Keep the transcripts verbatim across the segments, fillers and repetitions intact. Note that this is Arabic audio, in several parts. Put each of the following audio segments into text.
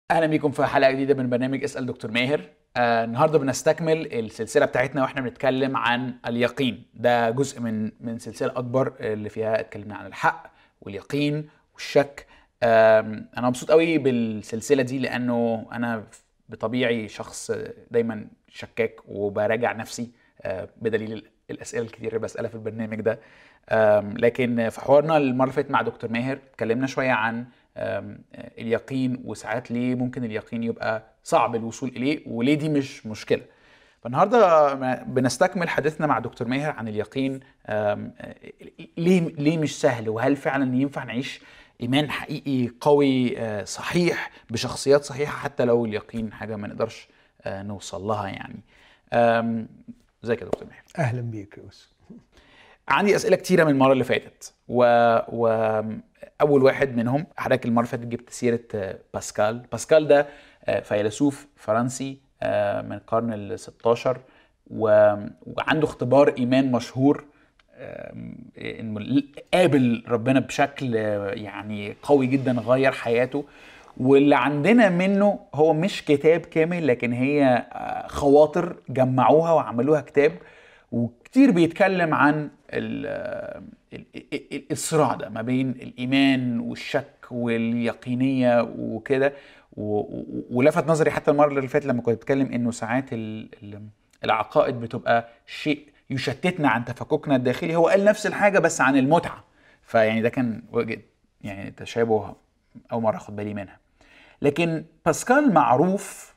اهلا بيكم في حلقه جديده من برنامج اسال دكتور ماهر. آه النهارده بنستكمل السلسله بتاعتنا واحنا بنتكلم عن اليقين. ده جزء من من سلسله اكبر اللي فيها اتكلمنا عن الحق واليقين والشك. آه انا مبسوط قوي بالسلسله دي لانه انا بطبيعي شخص دايما شكاك وبراجع نفسي آه بدليل الاسئله الكتير اللي بسالها في البرنامج ده. لكن في حوارنا المره اللي فاتت مع دكتور ماهر اتكلمنا شويه عن اليقين، وساعات ليه ممكن اليقين يبقى صعب الوصول اليه وليه دي مش مشكله. فالنهارده بنستكمل حديثنا مع دكتور ماهر عن اليقين. ليه ليه مش سهل، وهل فعلا ينفع نعيش ايمان حقيقي قوي صحيح بشخصيات صحيحه حتى لو اليقين حاجه ما نقدرش نوصل لها يعني. ازيك يا دكتور ماهر؟ اهلا بيك يا يوسف. عندي اسئله كتيره من المره اللي فاتت، و... واول واحد منهم حضرتك المره اللي فاتت جبت سيره باسكال. باسكال ده فيلسوف فرنسي من القرن الستاشر، و... وعنده اختبار ايمان مشهور انه قابل ربنا بشكل يعني قوي جدا غير حياته. واللي عندنا منه هو مش كتاب كامل، لكن هي خواطر جمعوها وعملوها كتاب، وكتير بيتكلم عن الصراع ده ما بين الإيمان والشك واليقينية وكده. ولفت نظري حتى المرة اللي فاتت لما كنت بتكلم إنه ساعات العقائد بتبقى شيء يشتتنا عن تفككنا الداخلي. هو قال نفس الحاجة بس عن المتعة، فيعني ده كان وجد يعني تشابه أول مرة أخد بالي منها. لكن باسكال معروف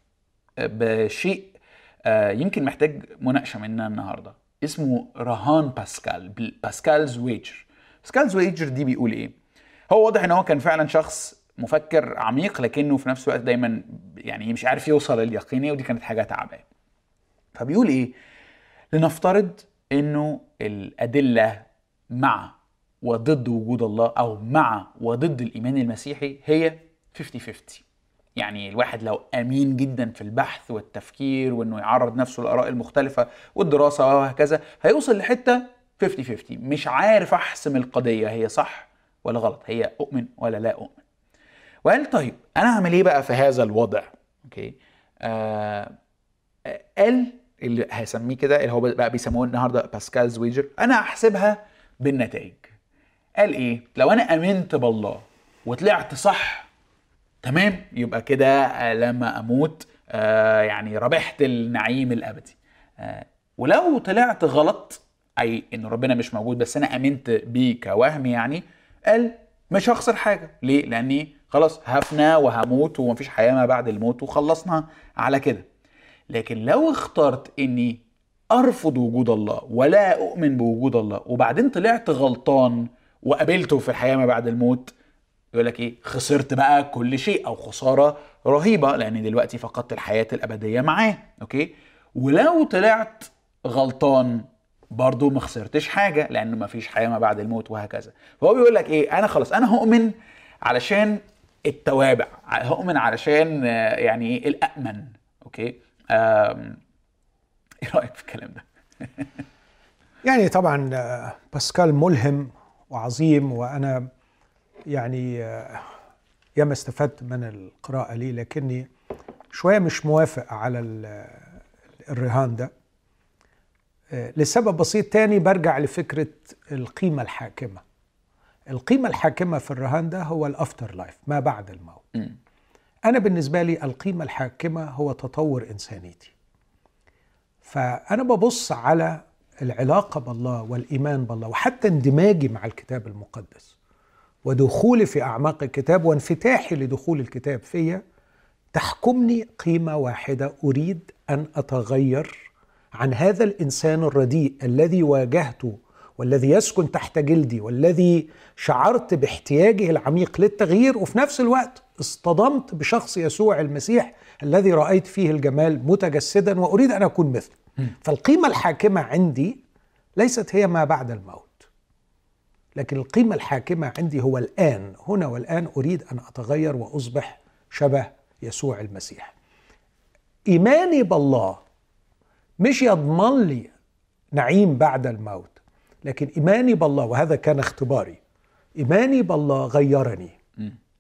بشيء يمكن محتاج مناقشة مننا النهاردة، اسمه رهان باسكال، باسكالز ويجر. باسكالز ويجر دي بيقول ايه؟ هو واضح ان هو كان فعلا شخص مفكر عميق، لكنه في نفس الوقت دايما يعني مش عارف يوصل لليقينية، ودي كانت حاجة تعباه. فبيقول ايه؟ لنفترض انه الادلة مع وضد وجود الله او مع وضد الايمان المسيحي هي خمسين خمسين. يعني الواحد لو امين جدا في البحث والتفكير وانه يعرض نفسه للاراء المختلفه والدراسه وهكذا، هيوصل لحته خمسين خمسين، مش عارف احسم القضيه هي صح ولا غلط، هي اؤمن ولا لا اؤمن. وقال طيب انا اعمل ايه بقى في هذا الوضع؟ اوكي آه قال اللي هسميه كده، اللي هو بقى بيسموه النهارده باسكالز ويجر، انا احسبها بالنتائج. قال ايه؟ لو انا امنت بالله وطلعت صح تمام، يبقى كده لما اموت آه يعني ربحت النعيم الابدي. آه ولو طلعت غلط، اي ان ربنا مش موجود بس انا امنت بيه كوهم، يعني قال مش هخسر حاجه. ليه؟ لاني خلاص هفنى وهموت ومفيش حياه ما بعد الموت وخلصنا على كده. لكن لو اخترت اني ارفض وجود الله ولا اؤمن بوجود الله، وبعدين طلعت غلطان وقابلته في الحياه ما بعد الموت، يقول لك ايه؟ خسرت بقى كل شيء، او خساره رهيبه، لان دلوقتي فقدت الحياه الابديه معاه. اوكي ولو طلعت غلطان برضو ما خسرتش حاجه، لانه ما فيش حياه ما بعد الموت وهكذا. فهو بيقول لك ايه؟ انا خلاص انا هؤمن علشان التوابع، هؤمن علشان يعني ايه؟ الامن. اوكي ايه رايك في الكلام ده؟ يعني طبعا باسكال ملهم وعظيم، وانا يعني ياما استفدت من القراءة ليه، لكني شوية مش موافق على الرهان ده لسبب بسيط تاني. برجع لفكرة القيمة الحاكمة. القيمة الحاكمة في الرهان ده هو الافتر لايف، ما بعد الموت. م. أنا بالنسبة لي القيمة الحاكمة هو تطور إنسانيتي. فأنا ببص على العلاقة بالله والإيمان بالله، وحتى اندماجي مع الكتاب المقدس ودخولي في أعماق الكتاب وانفتاحي لدخول الكتاب فيا، تحكمني قيمة واحدة: أريد أن أتغير عن هذا الإنسان الرديء الذي واجهته والذي يسكن تحت جلدي والذي شعرت باحتياجه العميق للتغيير، وفي نفس الوقت اصطدمت بشخص يسوع المسيح الذي رأيت فيه الجمال متجسدا وأريد أن أكون مثله. فالقيمة الحاكمة عندي ليست هي ما بعد الموت، لكن القيمة الحاكمة عندي هو الآن، هنا والآن أريد أن أتغير وأصبح شبه يسوع المسيح. إيماني بالله مش يضمن لي نعيم بعد الموت، لكن إيماني بالله، وهذا كان اختباري، إيماني بالله غيرني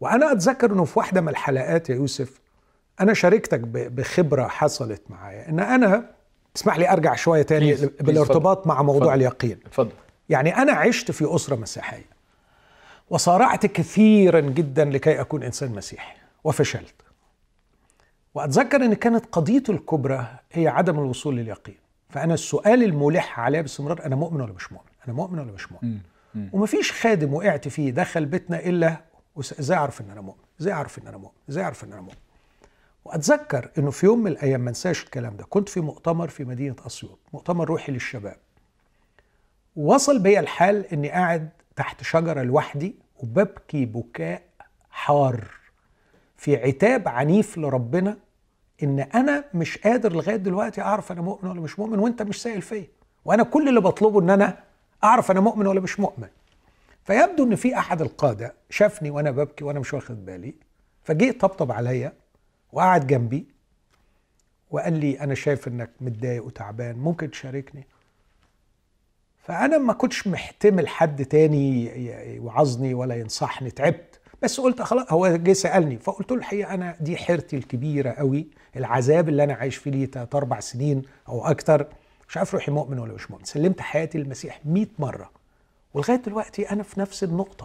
وأنا أتذكر أنه في واحدة من الحلقات يا يوسف أنا شاركتك بخبرة حصلت معايا، أن أنا تسمح لي أرجع شوية تاني بالارتباط مع موضوع فضل. اليقين. اتفضل. يعني أنا عشت في أسرة مسيحية وصارعت كثيرا جدا لكي أكون إنسان مسيحي وفشلت. وأتذكر أن كانت قضية الكبرى هي عدم الوصول لليقين. فأنا السؤال الملح عليه باستمرار، أنا مؤمن ولا مش مؤمن؟ أنا مؤمن ولا مش مؤمن؟ م. م. ومفيش خادم وقعت فيه دخل بيتنا إلا إزاي أعرف إن أنا مؤمن؟ إزاي أعرف إن أنا مؤمن؟ إزاي أعرف إن أنا مؤمن؟ وأتذكر أنه في يوم من الأيام ما انساش الكلام ده، كنت في مؤتمر في مدينة أسيوط، مؤتمر روحي للشباب. وصل بي الحال أني قاعد تحت شجرة لوحدي وببكي بكاء حار في عتاب عنيف لربنا إن أنا مش قادر لغاية دلوقتي أعرف أنا مؤمن ولا مش مؤمن، وأنت مش سائل فيا، وأنا كل اللي بطلبه إن أنا أعرف أنا مؤمن ولا مش مؤمن. فيبدو إن في أحد القادة شافني وأنا ببكي وأنا مش واخد بالي، فجئ طبطب عليا وقعد جنبي وقال لي أنا شايف إنك متضايق وتعبان، ممكن تشاركني؟ فأنا ما كنتش محتمل حد تاني يوعظني ولا ينصحني، تعبت، بس قلت خلاص. هو جه سألني فقلت له الحقيقة أنا دي حيرتي الكبيرة قوي، العذاب اللي أنا عايش فيه لي تلات أربع سنين أو أكتر، مش عارف روحي مؤمن ولا مش مؤمن. سلمت حياتي للمسيح مئة مرة ولغاية دلوقتي أنا في نفس النقطة.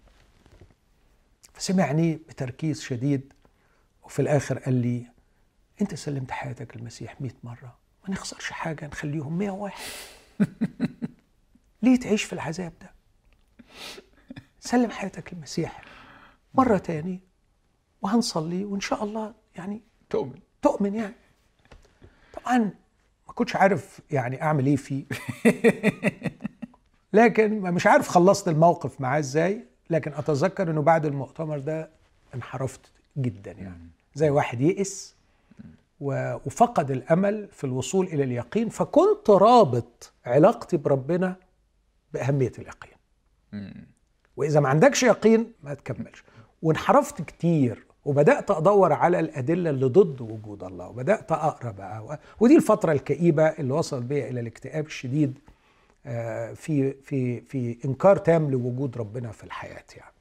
فسمعني بتركيز شديد وفي الآخر قال لي أنت سلمت حياتك للمسيح مئة مرة، ما نخسرش حاجة، نخليهم مئة وواحد. ليه تعيش في العذاب ده؟ سلم حياتك للمسيح مرة تاني وهنصلي وإن شاء الله يعني تؤمن تؤمن يعني. طبعا ما كنتش عارف يعني أعمل إيه فيه، لكن مش عارف خلصت الموقف معاه إزاي. لكن أتذكر أنه بعد المؤتمر ده انحرفت جدا، يعني زي واحد يئس وفقد الأمل في الوصول إلى اليقين. فكنت رابط علاقتي بربنا بأهمية اليقين، وإذا ما عندكش يقين ما تكملش. وانحرفت كتير وبدأت أدور على الأدلة اللي ضد وجود الله، وبدأت أقرأ بقى، ودي الفترة الكئيبة اللي وصل بيها إلى الاكتئاب الشديد في في في إنكار تام لوجود ربنا في الحياة. يعني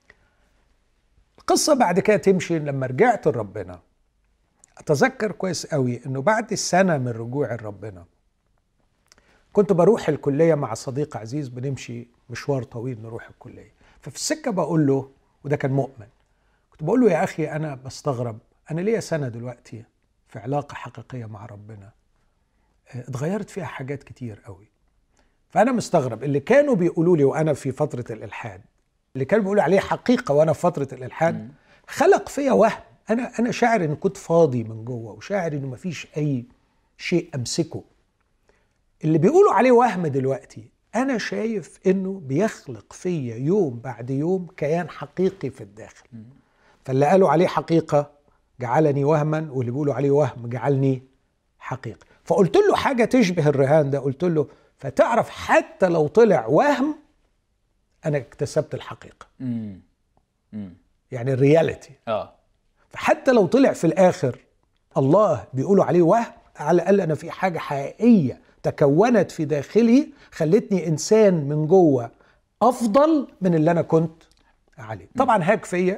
القصة بعد كده تمشي. لما رجعت لربنا أتذكر كويس قوي إنه بعد السنة من رجوع لربنا كنت بروح الكلية مع صديق عزيز، بنمشي مشوار طويل نروح الكلية. ففي السكة بقول له، وده كان مؤمن، كنت بقول له يا أخي أنا بستغرب، أنا ليا سنة دلوقتي في علاقة حقيقية مع ربنا اتغيرت فيها حاجات كتير قوي. فأنا مستغرب اللي كانوا بيقولوا لي وأنا في فترة الإلحاد، اللي كانوا بيقولوا عليه حقيقة وأنا في فترة الإلحاد، خلق فيا وهم. أنا أنا شاعر إن كنت فاضي من جوه، وشاعر إنه مفيش أي شيء أمسكه. اللي بيقولوا عليه وهم دلوقتي أنا شايف إنه بيخلق فيا يوم بعد يوم كيان حقيقي في الداخل. فاللي قالوا عليه حقيقة جعلني وهما، واللي بيقولوا عليه وهم جعلني حقيقة. فقلت له حاجة تشبه الرهان ده، قلت له فتعرف حتى لو طلع وهم أنا اكتسبت الحقيقة. مم. مم. يعني الرياليتي. آه. فحتى لو طلع في الآخر الله بيقولوا عليه وهم، على الأقل أنا في حاجة حقيقية تكونت في داخلي خلتني إنسان من جوه أفضل من اللي أنا كنت عليه. طبعا هاك فيا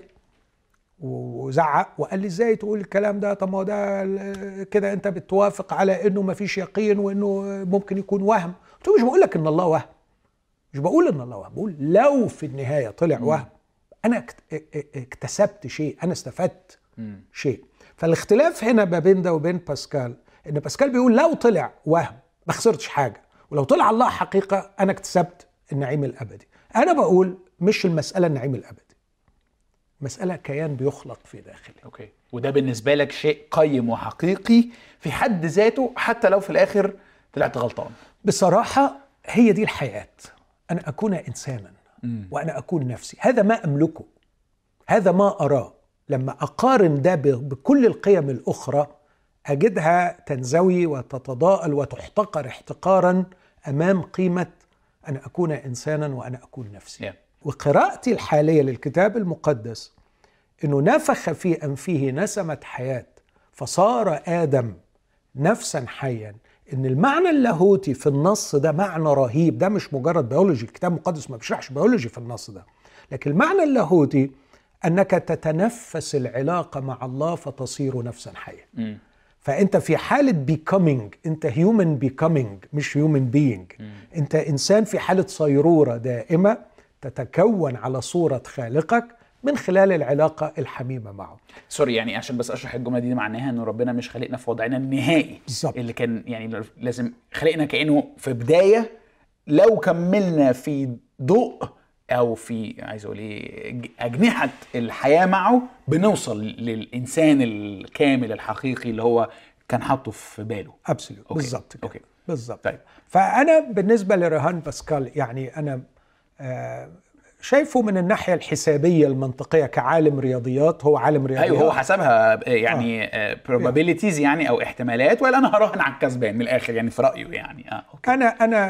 وزعق وقال لي ازاي تقول الكلام ده؟ طب ما ده كده انت بتوافق على انه ما فيش يقين وانه ممكن يكون وهم. قلت له مش بقول لك ان الله وهم، مش بقول ان الله وهم، بقول لو في النهاية طلع وهم انا اكتسبت شيء، انا استفدت شيء. فالاختلاف هنا ما بين ده وبين باسكال، ان باسكال بيقول لو طلع وهم ما خسرتش حاجة، ولو طلع الله حقيقة انا اكتسبت النعيم الابدي. انا بقول مش المسألة النعيم الابدي، مسألة كيان بيخلق في داخلي. أوكي. وده بالنسبة لك شيء قيم وحقيقي في حد ذاته، حتى لو في الآخر طلعت غلطان. بصراحة هي دي الحياة، أنا أكون إنسانا مم. وأنا أكون نفسي. هذا ما أملكه، هذا ما أراه. لما أقارن ده بكل القيم الأخرى أجدها تنزوي وتتضاءل وتحتقر احتقارا أمام قيمة أن أكون إنسانا وأنا أكون نفسي. yeah. وقراءتي الحالية للكتاب المقدس إنه نفخ في أنفه نسمة حياة فصار آدم نفسا حيا. إن المعنى اللاهوتي في النص ده معنى رهيب، ده مش مجرد بيولوجي، الكتاب المقدس ما بيشرحش بيولوجي في النص ده، لكن المعنى اللاهوتي أنك تتنفس العلاقة مع الله فتصير نفسا حية. م. فأنت في حالة becoming، أنت human becoming مش human being. م. أنت إنسان في حالة صيرورة دائمة تتكون على صورة خالقك من خلال العلاقة الحميمة معه. سوري، يعني عشان بس اشرح الجمله دي، معناها انه ربنا مش خلقنا في وضعنا النهائي بالزبط. اللي كان يعني لازم خلقنا كانه في بدايه، لو كملنا في ضوء او في عايز اقول ايه اجنحه الحياه معه بنوصل للانسان الكامل الحقيقي اللي هو كان حاطه في باله. ابسولوت بالظبط اوكي بالظبط. طيب، فانا بالنسبه لرهان باسكال يعني انا آه شايفه من الناحية الحسابية المنطقية كعالم رياضيات، هو عالم رياضيات. ايوه، هو حسبها يعني آه. probabilities يعني او احتمالات، ولا انا هراهن على الكسبان من الاخر يعني في رأيه يعني. اه اوكي. انا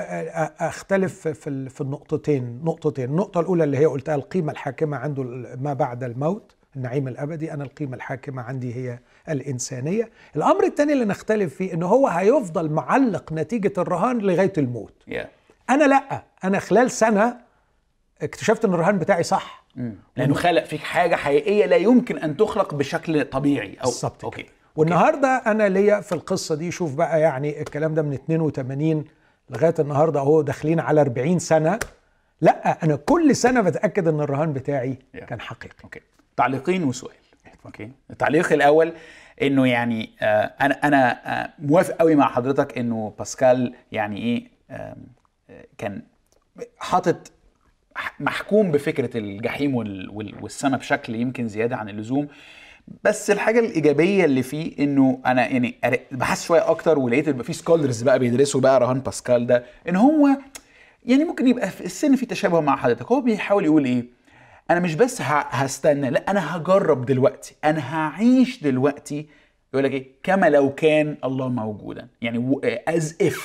انا اختلف في في النقطتين نقطتين النقطة الأولى اللي هي قلتها القيمة الحاكمة عنده ما بعد الموت، النعيم الأبدي. انا القيمة الحاكمة عندي هي الإنسانية. الأمر الثاني اللي نختلف فيه انه هو هيفضل معلق نتيجة الرهان لغاية الموت. yeah. انا لا، انا خلال سنة اكتشفت ان الرهان بتاعي صح. مم. لانه خلق فيك حاجه حقيقيه لا يمكن ان تخلق بشكل طبيعي. او بالظبط. اوكي. والنهارده انا ليا في القصه دي، شوف بقى يعني الكلام ده من اتنين وتمانين لغايه النهارده اهو داخلين على أربعين سنه. لا، انا كل سنه بتاكد ان الرهان بتاعي yeah. كان حقيقي. اوكي. تعليقين وسؤال. اوكي. التعليق الاول انه يعني آه انا انا آه موافق قوي مع حضرتك انه باسكال يعني ايه آه كان حاطط محكوم بفكرة الجحيم والسماء بشكل يمكن زيادة عن اللزوم. بس الحاجة الإيجابية اللي فيه إنه أنا يعني بحث شوية أكتر ولقيت يبقى فيه سكولرز بقى بيدرسوا بقى رهان باسكال ده، إن هو يعني ممكن يبقى في السن في تشابه مع حضرتك. هو بيحاول يقول إيه؟ أنا مش بس هستنى، لا أنا هجرب دلوقتي، أنا هعيش دلوقتي. يقول لك إيه؟ كما لو كان الله موجودا، يعني as if،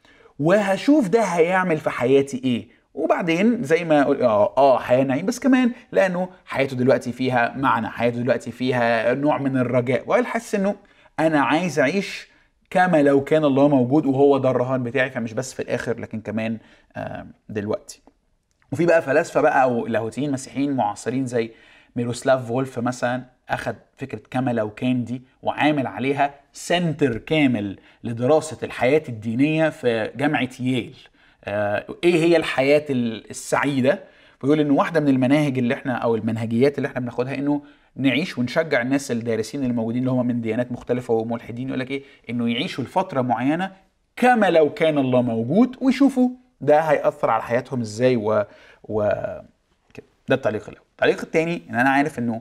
وهشوف ده هيعمل في حياتي إيه. وبعدين زي ما اقول اه اه حياه نعيم، بس كمان لانه حياته دلوقتي فيها معنى، حياته دلوقتي فيها نوع من الرجاء، ويحس انه انا عايز اعيش كما لو كان الله موجود، وهو ده الرهان بتاعي. فمش بس في الاخر لكن كمان آه دلوقتي. وفي بقى فلاسفه بقى او لاهوتيين مسيحيين معاصرين زي ميروسلاف فولف مثلا، اخذ فكره كما لو كان دي وعامل عليها سنتر كامل لدراسه الحياه الدينيه في جامعه ييل. آه، ايه هي الحياة السعيدة؟ ويقول انه واحدة من المناهج اللي احنا او المنهجيات اللي احنا بناخدها انه نعيش ونشجع الناس الدارسين الموجودين اللي هم من ديانات مختلفة وملحدين، يقول لك ايه؟ انه يعيشوا لفترة معينة كما لو كان الله موجود، ويشوفوا ده هيأثر على حياتهم ازاي. و, و... كده. ده التعليق الاول. التعليق الثاني ان انا عارف انه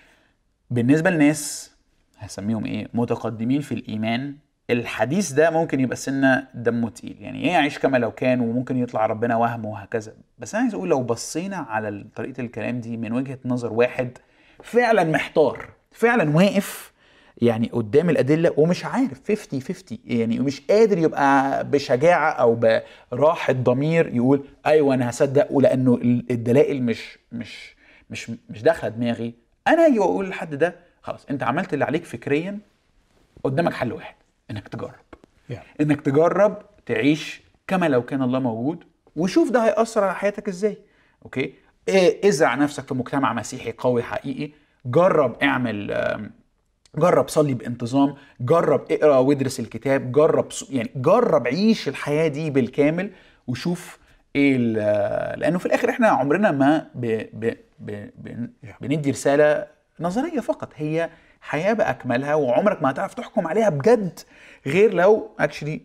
بالنسبة للناس هسميهم ايه متقدمين في الايمان، الحديث ده ممكن يبقى سنة دمه تقيل. يعني ايه عيش كما لو كان، وممكن يطلع ربنا وهم وهكذا. بس انا عايز اقول لو بصينا على طريقة الكلام دي من وجهة نظر واحد فعلا محتار، فعلا واقف يعني قدام الأدلة ومش عارف خمسين خمسين، يعني ومش قادر يبقى بشجاعة أو براحة ضمير يقول أيوة أنا هصدق، لأنه الدلائل مش مش مش مش داخلة دماغي. أنا أجي وأقول لحد ده خلاص أنت عملت اللي عليك فكريا، قدامك حل واحد، انك تجرب yeah. انك تجرب تعيش كما لو كان الله موجود، وشوف ده هيأثر على حياتك ازاي. اوكي، إيه ازرع نفسك في مجتمع مسيحي قوي حقيقي، جرب اعمل جرب صلي بانتظام، جرب اقرا وادرس الكتاب، جرب يعني جرب عيش الحياة دي بالكامل وشوف ايه. لانه في الاخر احنا عمرنا ما ب... ب... ب... ب... بندي رسالة نظرية فقط، هي حياة بأكملها، وعمرك ما هتعرف تحكم عليها بجد غير لو اكشلي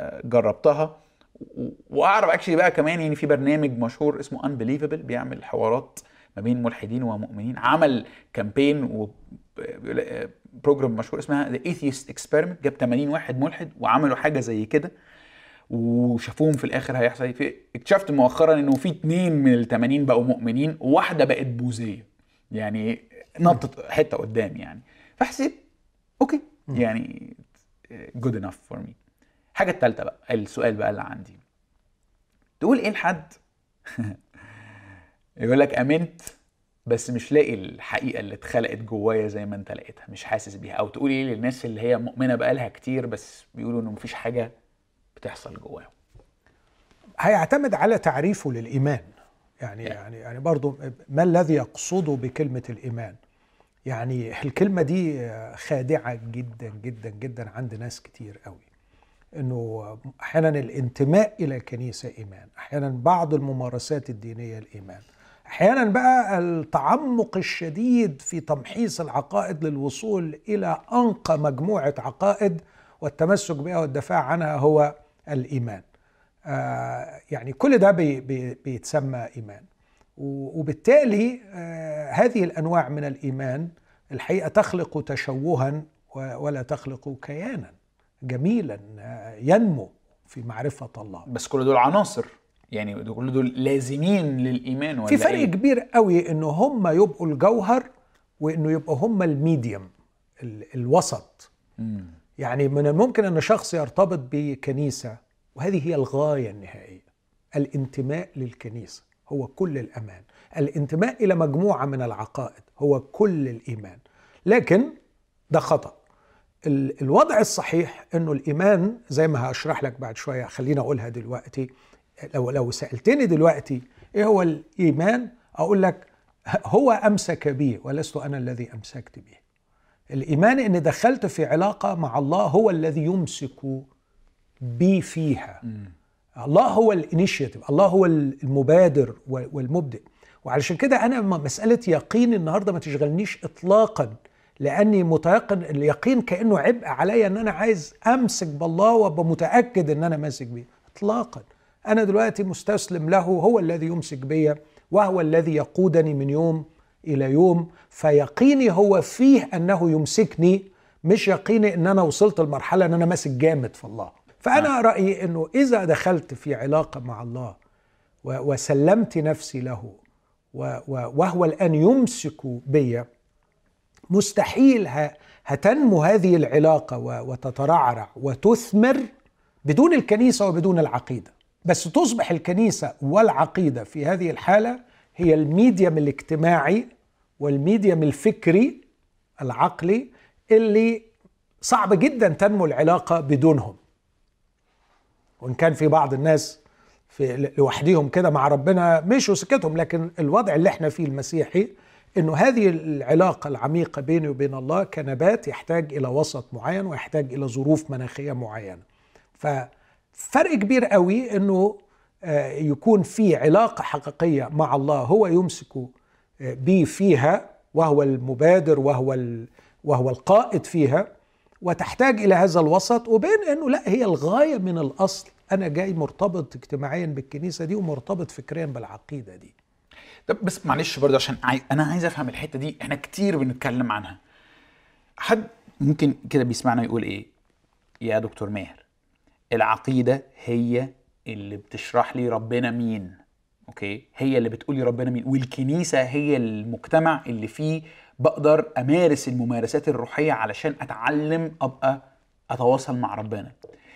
جربتها. واعرف اكشلي بقى كمان يعني في برنامج مشهور اسمه Unbelievable بيعمل حوارات ما بين ملحدين ومؤمنين، عمل كامبين و بروجرام مشهور اسمها The Atheist Experiment، جاب ثمانين واحد ملحد وعملوا حاجة زي كده وشافوهم في الاخر هيحصل في. اكتشفت مؤخرا انه في اتنين من الثمانين بقوا مؤمنين وواحدة بقت بوذية، يعني نطت حتة قدام يعني. فحسيت اوكي يعني good enough for me. حاجة التالتة بقى، السؤال بقى اللي عندي، تقول ايه لحد يقول لك امنت بس مش لاقي الحقيقة اللي اتخلقت جوايا زي ما انت لقيتها، مش حاسس بيها؟ او تقول ايه للناس اللي هي مؤمنة بقالها كتير بس بيقولوا انه مفيش حاجة بتحصل جواهم؟ هيعتمد على تعريفه للإيمان. يعني يعني يعني برضو ما الذي يقصده بكلمة الإيمان؟ يعني الكلمة دي خادعة جدا جدا جدا عند ناس كتير قوي، إنه أحيانا الانتماء إلى الكنيسة إيمان، أحيانا بعض الممارسات الدينية الإيمان، أحيانا بقى التعمق الشديد في تمحيص العقائد للوصول إلى أنقى مجموعة عقائد والتمسك بها والدفاع عنها هو الإيمان. آه يعني كل ده بي بي بيتسمى إيمان، وبالتالي آه هذه الأنواع من الإيمان الحقيقة تخلق تشوها ولا تخلق كيانا جميلا ينمو في معرفة الله. بس كل دول عناصر، يعني كل دول لازمين للإيمان ولا في فرق إيه؟ كبير قوي إنه هم يبقوا الجوهر وإنه يبقوا هم الميديم الوسط. مم. يعني من الممكن أن شخص يرتبط بكنيسة وهذه هي الغاية النهائية، الانتماء للكنيسة هو كل الأمان، الانتماء إلى مجموعة من العقائد هو كل الإيمان، لكن ده خطأ. الوضع الصحيح انه الايمان زي ما هشرح لك بعد شويه، خلينا اقولها دلوقتي. لو لو سالتني دلوقتي ايه هو الايمان، اقول لك هو امسك بي ولست انا الذي امسكت به. الايمان ان دخلت في علاقه مع الله هو الذي يمسك بي فيها. م. الله هو الانيشيتيف، الله هو المبادر والمبدئ. وعلشان كده انا مساله يقين النهارده ما تشغلنيش اطلاقا، لأني متيقن. اليقين كأنه عبء عليا أن أنا عايز أمسك بالله وأبقى متأكد أن أنا ماسك بيه، إطلاقا. أنا دلوقتي مستسلم له، هو الذي يمسك بي وهو الذي يقودني من يوم إلى يوم. فيقيني هو فيه أنه يمسكني، مش يقيني أن أنا وصلت المرحلة أن أنا ماسك جامد في الله. فأنا رأيي أنه إذا دخلت في علاقة مع الله وسلمت نفسي له وهو الآن يمسك بي، مستحيل هتنمو هذه العلاقة وتترعرع وتثمر بدون الكنيسة وبدون العقيدة. بس تصبح الكنيسة والعقيدة في هذه الحالة هي الميديم الاجتماعي والميديم الفكري العقلي اللي صعب جدا تنمو العلاقة بدونهم. وإن كان في بعض الناس في لوحدهم كده مع ربنا مشوا سكتهم، لكن الوضع اللي احنا فيه المسيحي إنه هذه العلاقة العميقة بيني وبين الله كنبات يحتاج إلى وسط معين ويحتاج إلى ظروف مناخية معينة. ففرق كبير قوي إنه يكون في علاقة حقيقية مع الله هو يمسك بي فيها وهو المبادر وهو وهو القائد فيها، وتحتاج إلى هذا الوسط، وبين إنه لا، هي الغاية من الأصل. أنا جاي مرتبط اجتماعيا بالكنيسة دي ومرتبط فكريا بالعقيدة دي. طب بس معلش برضه عشان عايز انا عايز افهم الحته دي، احنا كتير بنتكلم عنها. حد ممكن كده بيسمعنا يقول ايه يا دكتور ماهر، العقيده هي اللي بتشرح لي ربنا مين، اوكي، هي اللي بتقول لي ربنا مين، والكنيسه هي المجتمع اللي فيه بقدر امارس الممارسات الروحيه علشان اتعلم ابقى اتواصل مع ربنا.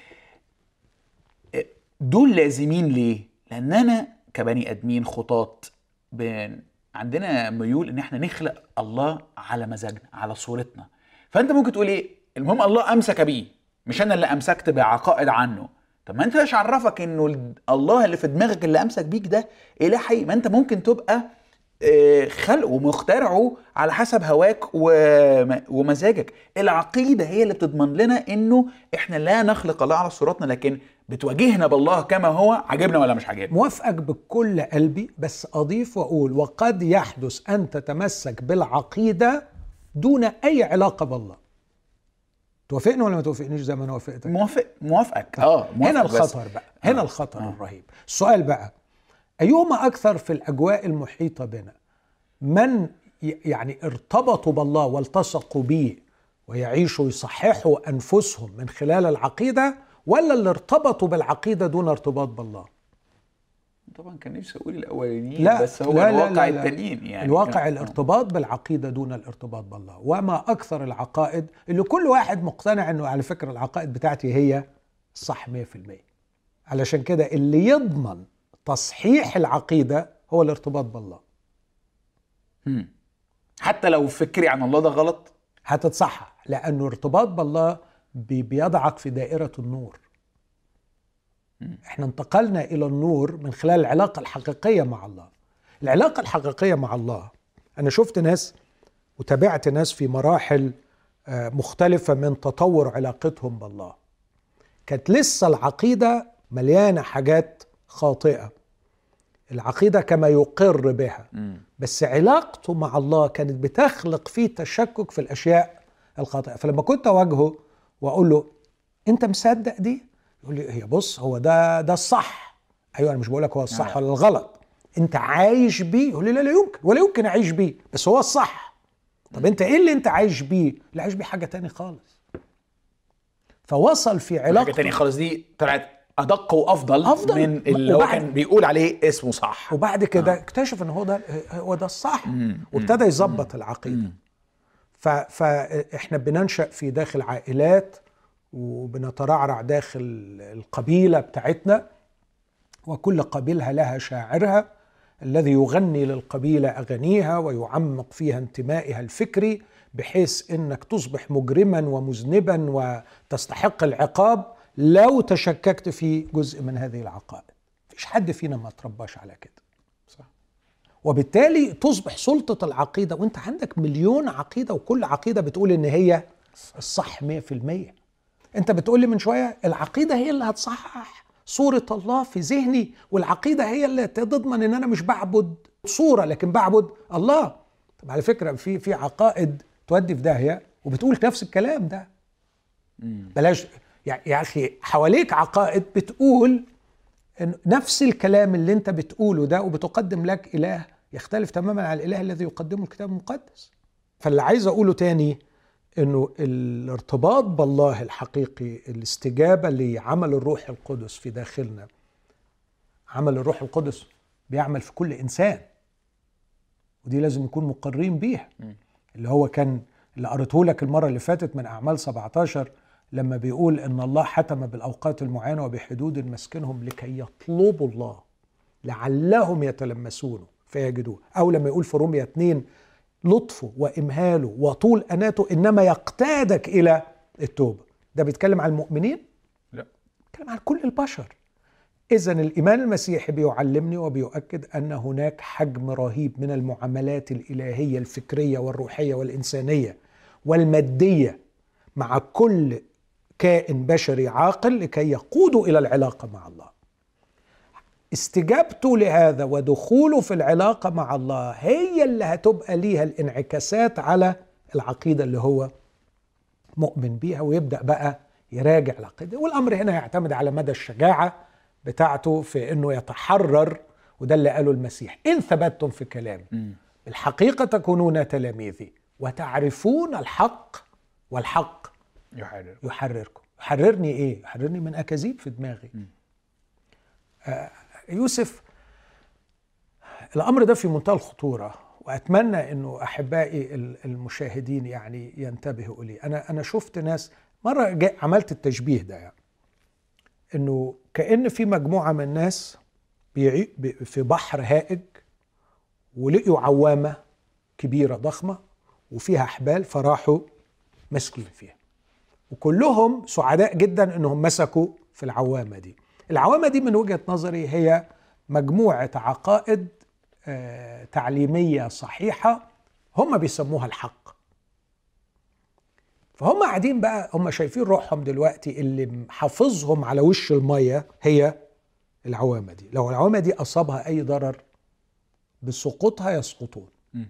دول لازمين ليه؟ لان انا كبني ادمين خطاط عندنا ميول ان احنا نخلق الله على مزاجنا على صورتنا. فانت ممكن تقول ايه، المهم الله امسك بيه، مش انا اللي امسكت بعقائد عنه. طب ما انت ايش عرفك انه الله اللي في دماغك اللي امسك بيك ده اله حقيقي؟ ما انت ممكن تبقى خلقه ومخترعه على حسب هواك ومزاجك. العقيدة هي اللي بتضمن لنا انه احنا لا نخلق الله على صورتنا، لكن بتواجهنا بالله كما هو، عجبنا ولا مش عجبنا. موافقك بكل قلبي، بس اضيف واقول وقد يحدث ان تتمسك بالعقيدة دون اي علاقة بالله. توافقني ولا ما توافقنيش زي ما انا وافقتك؟ موافق موافقك اه موافق. هنا الخطر بقى، هنا آه. الخطر آه. الرهيب. السؤال بقى، أيهما أكثر في الأجواء المحيطة بنا، من يعني ارتبطوا بالله والتصقوا به ويعيشوا يصححوا أنفسهم من خلال العقيدة، ولا اللي ارتبطوا بالعقيدة دون ارتباط بالله؟ طبعا كان نفسي أقول الأولانيين، لا بس هو لا الواقع لا لا التانيين يعني. الواقع الارتباط بالعقيدة دون الارتباط بالله. وما أكثر العقائد اللي كل واحد مقتنع أنه على فكرة العقائد بتاعتي هي صح مية في المية. علشان كده اللي يضمن تصحيح العقيدة هو الارتباط بالله. هم. حتى لو فكري عن الله ده غلط هتتصحح، لأنه ارتباط بالله بيضعك في دائرة النور. هم. احنا انتقلنا إلى النور من خلال العلاقة الحقيقية مع الله. العلاقة الحقيقية مع الله، أنا شفت ناس وتابعت ناس في مراحل مختلفة من تطور علاقتهم بالله، كانت لسه العقيدة مليانة حاجات خاطئة، العقيدة كما يقر بها، بس علاقته مع الله كانت بتخلق فيه تشكك في الأشياء الخاطئة. فلما كنت أواجهه وأقول له أنت مصدق دي؟ يقول لي هي بص هو ده ده الصح. أيوة أنا مش بقولك هو الصح ولا الغلط، أنت عايش بيه؟ يقول لي لا لا يمكن ولا يمكن أعيش بيه، بس هو الصح. طب أنت إيه اللي أنت عايش بيه؟ اللي عايش بيه حاجة تاني خالص. فوصل في علاقة حاجة تاني خالص دي طلعت أدق وأفضل أفضل من اللي هو كان بيقول عليه اسمه صح. وبعد كده آه. اكتشف ان هو ده هو ده الصح، وابتدى يظبط العقيدة. فاحنا بننشأ في داخل عائلات وبنترعرع داخل القبيلة بتاعتنا، وكل قبيلة لها شاعرها الذي يغني للقبيلة أغانيها ويعمق فيها انتمائها الفكري، بحيث انك تصبح مجرما ومذنبا وتستحق العقاب لو تشككت في جزء من هذه العقائد. مفيش حد فينا ما ترباش على كده، صح؟ وبالتالي تصبح سلطة العقيدة وانت عندك مليون عقيدة، وكل عقيدة بتقول ان هي الصح مية في المية. انت بتقول لي من شوية العقيدة هي اللي هتصحح صورة الله في ذهني، والعقيدة هي اللي تضمن ان انا مش بعبد صورة لكن بعبد الله. طب على فكرة في في عقائد تودي في داهية وبتقول نفس الكلام ده. بلاش يا أخي، حواليك عقائد بتقول إن نفس الكلام اللي انت بتقوله ده، وبتقدم لك إله يختلف تماما عن الإله الذي يقدمه الكتاب المقدس. فاللي عايز أقوله تاني إنه الارتباط بالله الحقيقي، الاستجابة لعمل الروح القدس في داخلنا، عمل الروح القدس بيعمل في كل إنسان، ودي لازم نكون مقرين بيها. اللي هو كان اللي قريته لك المرة اللي فاتت من أعمال سبعتاشر، لما بيقول إن الله حتم بالأوقات المعينة وبحدود مسكنهم لكي يطلبوا الله لعلهم يتلمسونه فيجدوه. أو لما يقول في رومية اتنين لطفه وإمهاله وطول أناته إنما يقتادك إلى التوبة. ده بيتكلم عن المؤمنين؟ لا، بيتكلم عن كل البشر. إذن الإيمان المسيحي بيعلمني وبيؤكد أن هناك حجم رهيب من المعاملات الإلهية الفكرية والروحية والإنسانية والمادية مع كل كائن بشري عاقل لكي يقودوا إلى العلاقة مع الله. استجابته لهذا ودخوله في العلاقة مع الله هي اللي هتبقى ليها الانعكاسات على العقيدة اللي هو مؤمن بيها، ويبدأ بقى يراجع العقيدة. والأمر هنا يعتمد على مدى الشجاعة بتاعته في أنه يتحرر، وده اللي قاله المسيح: إن ثبتتم في كلامي بالحقيقة تكونون تلاميذي وتعرفون الحق والحق يحرر. يحرركم. يحررني إيه؟ يحررني من أكاذيب في دماغي. آه يوسف، الأمر ده في منتهى الخطورة، وأتمنى أنه أحبائي المشاهدين يعني ينتبهوا لي. أنا أنا شفت ناس مرة عملت التشبيه ده، يعني أنه كأن في مجموعة من الناس في بحر هائج ولقيوا عوامة كبيرة ضخمة وفيها حبال، فراحوا مسكين فيها، وكلهم سعداء جدا أنهم مسكوا في العوامة دي. العوامة دي من وجهة نظري هي مجموعة عقائد آه تعليمية صحيحة هم بيسموها الحق. فهم قاعدين بقى، هم شايفين روحهم دلوقتي اللي حافظهم على وش المية هي العوامة دي. لو العوامة دي أصابها أي ضرر بسقوطها يسقطون،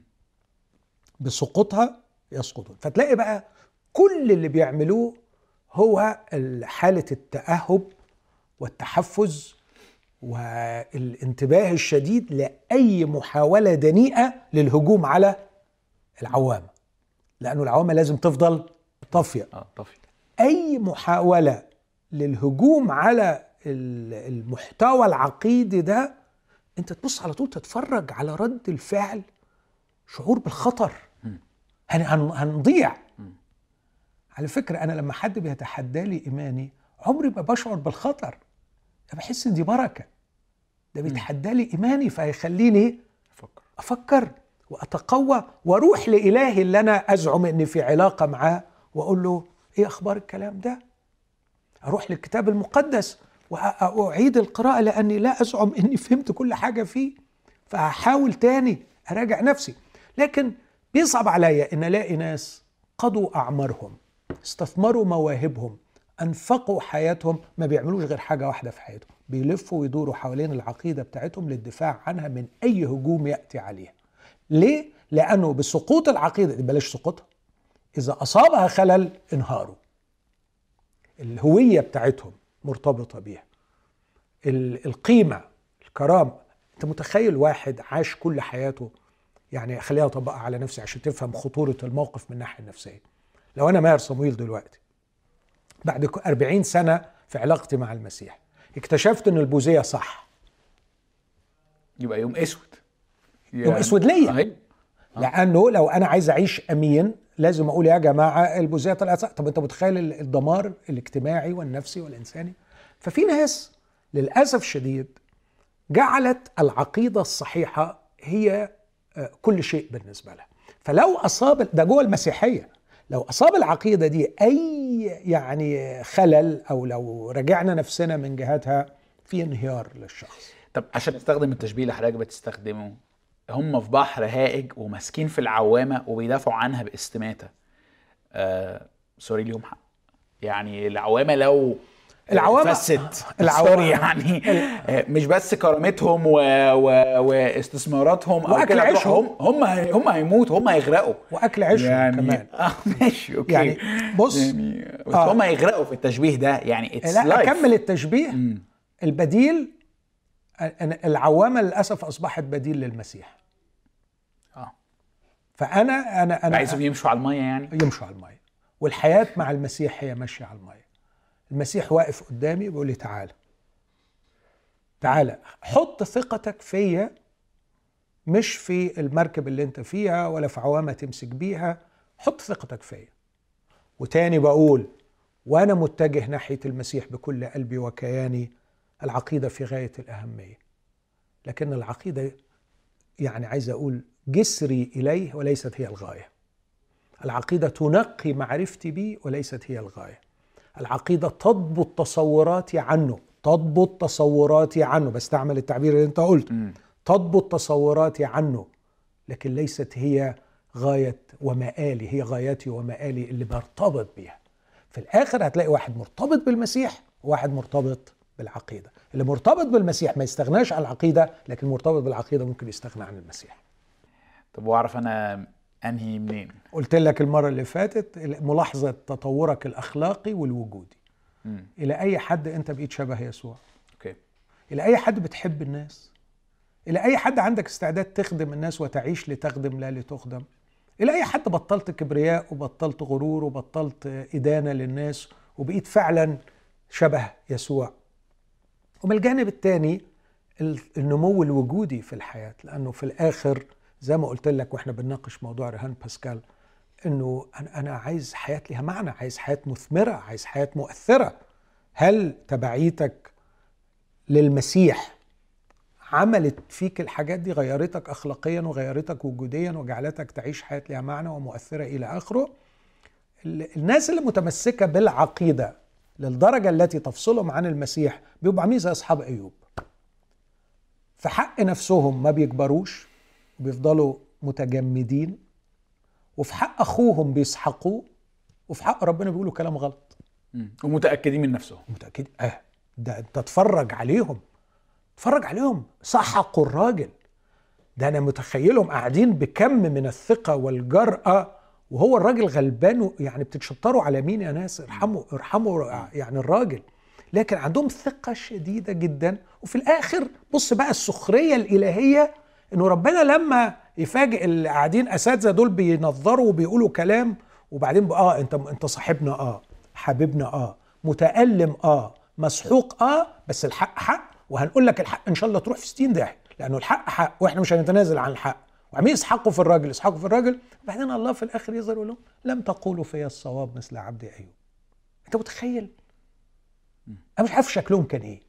بسقوطها يسقطون. فتلاقي بقى كل اللي بيعملوه هو حالة التأهب والتحفز والانتباه الشديد لأي محاولة دنيئة للهجوم على العوامة، لأنه العوامة لازم تفضل طافية. آه طافية. أي محاولة للهجوم على المحتوى العقيدي ده، أنت تبص على طول تتفرج على رد الفعل، شعور بالخطر، هنضيع. على فكرة أنا لما حد بيتحدى لي إيماني عمري ما بشعر بالخطر، أنا بحس إن دي بركة. ده بيتحدى لي إيماني فهيخليني أفكر أفكر وأتقوى وأروح لإلهي اللي أنا أزعم إني في علاقة معاه وأقول له إيه أخبار الكلام ده؟ أروح للكتاب المقدس وأعيد القراءة لأني لا أزعم إني فهمت كل حاجة فيه. فهحاول تاني اراجع نفسي. لكن بيصعب عليا ان الاقي ناس قضوا اعمارهم، استثمروا مواهبهم، انفقوا حياتهم، ما بيعملوش غير حاجة واحدة في حياتهم، بيلفوا ويدوروا حوالين العقيدة بتاعتهم للدفاع عنها من اي هجوم يأتي عليها. ليه؟ لانه بسقوط العقيدة دي، بلاش سقوطها، اذا اصابها خلل انهاروا، الهوية بتاعتهم مرتبطة بيها، القيمة، الكرامة. انت متخيل واحد عاش كل حياته، يعني خليها اطبقها على نفسي عشان تفهم خطورة الموقف من الناحية النفسية. لو انا ماهر صمويل دلوقتي بعد أربعين سنة في علاقتي مع المسيح اكتشفت ان البوذية صح، يبقى يوم اسود، يوم اسود ليا. لانه لو انا عايز اعيش امين لازم اقول يا جماعة البوذية طلعت صح. طب انت متخيل الدمار الاجتماعي والنفسي والانساني؟ ففي ناس للأسف الشديد جعلت العقيدة الصحيحة هي كل شيء بالنسبة لها. فلو أصاب ده جوه المسيحية، لو أصاب العقيدة دي أي يعني خلل، أو لو رجعنا نفسنا من جهتها، في انهيار للشخص. طب عشان نستخدم التشبيه اللي حضرتك بتستخدمه، هم في بحر هائج وماسكين في العوامة وبيدافعوا عنها باستماتة. آه سوري، ليهم حق. يعني العوامة لو العوامة فسد العوامة يعني مش بس كرامتهم و... و... واستثماراتهم او واكل عيشهم، هم هم هيموتوا، هم هيغرقوا، واكل عيشهم يعني كمان. اه ماشي اوكي، يعني بص يعني بس آه. هم هيغرقوا في التشبيه ده، يعني اتس لايف. اكمل التشبيه. م. البديل، العوامة للاسف اصبحت بديل للمسيح. اه فانا انا انا عايزهم يمشوا على الميه، يعني يمشوا على الميه، والحياة مع المسيح هي ماشية على الميه. المسيح واقف قدامي بيقول لي تعالى تعالى حط ثقتك فيا، مش في المركب اللي انت فيها ولا في عوامة تمسك بيها، حط ثقتك فيا. وتاني بقول وانا متجه ناحية المسيح بكل قلبي وكياني، العقيدة في غاية الأهمية، لكن العقيدة يعني عايز اقول جسري إليه وليست هي الغاية. العقيدة تنقي معرفتي بي وليست هي الغاية. العقيدة تضبط تصوراتي عنه، تضبط تصوراتي عنه، بستعمل التعبير اللي انت قلت، م. تضبط تصوراتي عنه، لكن ليست هي غاية ومآلي، هي غاياتي ومآلي اللي برتبط بيها. في الآخر هتلاقي واحد مرتبط بالمسيح وواحد مرتبط بالعقيدة. اللي مرتبط بالمسيح ما يستغناش عن العقيدة، لكن مرتبط بالعقيدة ممكن يستغنى عن المسيح. طب واعرف أنا أنهي منين؟ قلت لك المرة اللي فاتت ملاحظة تطورك الأخلاقي والوجودي. م. إلى أي حد أنت بقيت شبه يسوع؟ أوكي. إلى أي حد بتحب الناس؟ إلى أي حد عندك استعداد تخدم الناس وتعيش لتخدم لا لتخدم؟ إلى أي حد بطلت كبرياء وبطلت غرور وبطلت إدانة للناس وبقيت فعلا شبه يسوع؟ ومن الجانب الثاني النمو الوجودي في الحياة، لأنه في الآخر زي ما قلت لك واحنا بنناقش موضوع رهان باسكال، انه انا عايز حياة لها معنى، عايز حياة مثمرة، عايز حياة مؤثرة. هل تبعيتك للمسيح عملت فيك الحاجات دي، غيرتك اخلاقيا وغيرتك وجوديا وجعلتك تعيش حياة لها معنى ومؤثرة الى اخره؟ الناس اللي متمسكة بالعقيدة للدرجة التي تفصلهم عن المسيح بيبقوا عاملين زي اصحاب ايوب، في حق نفسهم ما بيكبروش وبيفضلوا متجمدين، وفي حق أخوهم بيسحقوه، وفي حق ربنا بيقولوا كلام غلط ومتأكدين من نفسهم. متأكد اه ده انت تتفرج عليهم، تتفرج عليهم سحقوا الراجل ده. أنا متخيلهم قاعدين بكم من الثقة والجرأة وهو الراجل غلبان، يعني بتتشطروا على مين يا ناس؟ ارحموا ارحموا يعني الراجل. لكن عندهم ثقة شديدة جدا. وفي الآخر بص بقى السخرية الإلهية، إنه ربنا لما يفاجئ اللي قاعدين أساتذة دول بينظروا وبيقولوا كلام، وبعدين بقى آه أنت أنت صاحبنا، آه حبيبنا، آه متألم، آه مسحوق، آه بس الحق حق، وهنقول لك الحق إن شاء الله تروح في ستين داهية، لأنه الحق حق وإحنا مش هنتنازل عن الحق. وعمين يسحقوا في الراجل يسحقوا في الراجل، وبعدين الله في الآخر يظهر يقول لهم لم تقولوا في الصواب مثل عبد أيوب. أنت متخيل؟ أنا مش عارف شكلهم كان إيه.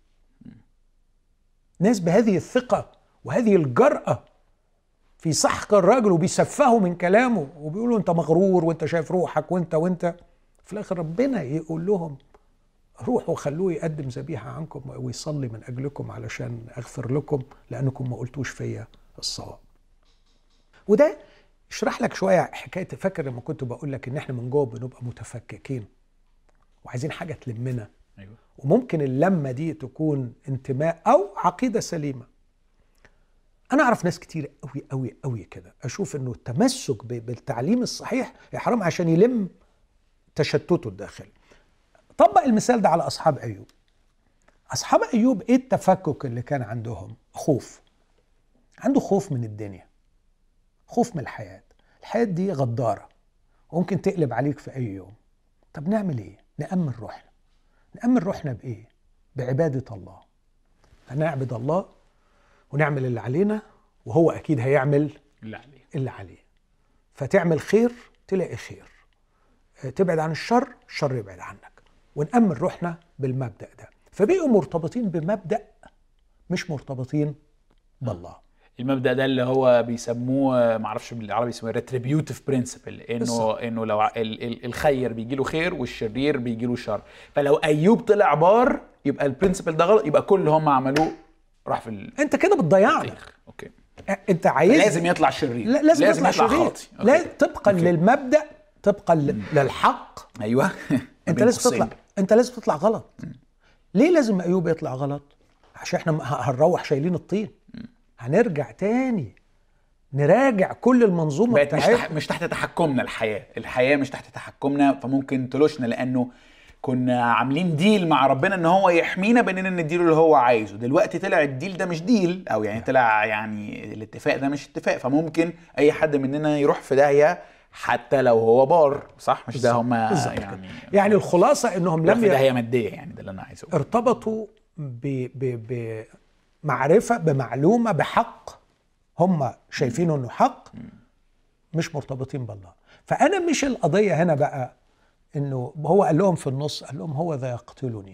ناس بهذه الثقة وهذه الجرأة في سحق الراجل وبيسفهوا من كلامه وبيقولوا انت مغرور وانت شايف روحك وانت وانت في الاخر ربنا يقول لهم روحوا خلوه يقدم ذبيحة عنكم ويصلي من اجلكم علشان اغفر لكم لانكم ما قلتوش فيا الصواب. وده اشرح لك شوية حكاية. فاكر لما كنت بقول لك ان احنا من جوه بنبقى متفككين وعايزين حاجة تلمنا؟ أيوة. وممكن اللمة دي تكون انتماء او عقيدة سليمة. انا اعرف ناس كتير قوي قوي قوي كده، اشوف انه التمسك بالتعليم الصحيح يا حرام عشان يلم تشتته الداخلي. طبق المثال ده على اصحاب ايوب. اصحاب ايوب ايه التفكك اللي كان عندهم؟ خوف. عنده خوف من الدنيا، خوف من الحياة. الحياة دي غدارة وممكن تقلب عليك في اي يوم. طب نعمل ايه؟ نأمن روحنا. نأمن روحنا بايه؟ بعبادة الله. هنعبد الله ونعمل اللي علينا وهو اكيد هيعمل اللي عليه اللي عليه. فتعمل خير تلاقي خير، تبعد عن الشر الشر يبعد عنك. ونأمن روحنا بالمبدأ ده. فبقوا مرتبطين بمبدأ مش مرتبطين بالله. المبدأ ده اللي هو بيسموه، معرفش بالعربي اسمه retributive principle، انه بالصبت. انه لو ال ال الخير بيجي له خير والشرير بيجي له شر. فلو ايوب طلع بار يبقى البرنسبل ده غلط، يبقى كل اللي هم عملوه راح في ال... انت كده بتضيعنا. اوكي. انت عايز لازم يطلع شرير. لا لازم, لازم يطلع, يطلع شرير. خاطي. لا طبقا أوكي. للمبدأ، طبقا للحق. ايوه. انت لازم تطلع انت لازم تطلع غلط. م. ليه لازم ايوب يطلع غلط؟ عشان احنا هنروح شايلين الطين. م. هنرجع تاني نراجع كل المنظومه بتاعتنا. مش, تح... مش تحت تحكمنا الحياه، الحياه مش تحت تحكمنا، فممكن تلوشنا لانه كنا عاملين ديل مع ربنا ان هو يحمينا باننا نديله اللي هو عايزه. دلوقتي طلع الديل ده مش ديل، او يعني طلع يعني الاتفاق ده مش اتفاق، فممكن اي حد مننا يروح في داهيه حتى لو هو بار. صح؟ مش ده هم يعني يعني الخلاصه انهم لم في داهيه ماديه. يعني ده اللي انا عايزه. ارتبطوا بمعرفه بمعلومه بحق هم شايفينه انه حق، مش مرتبطين بالله. فانا مش القضيه هنا بقى انه هو قال لهم في النص، قال لهم هو ذا يقتلني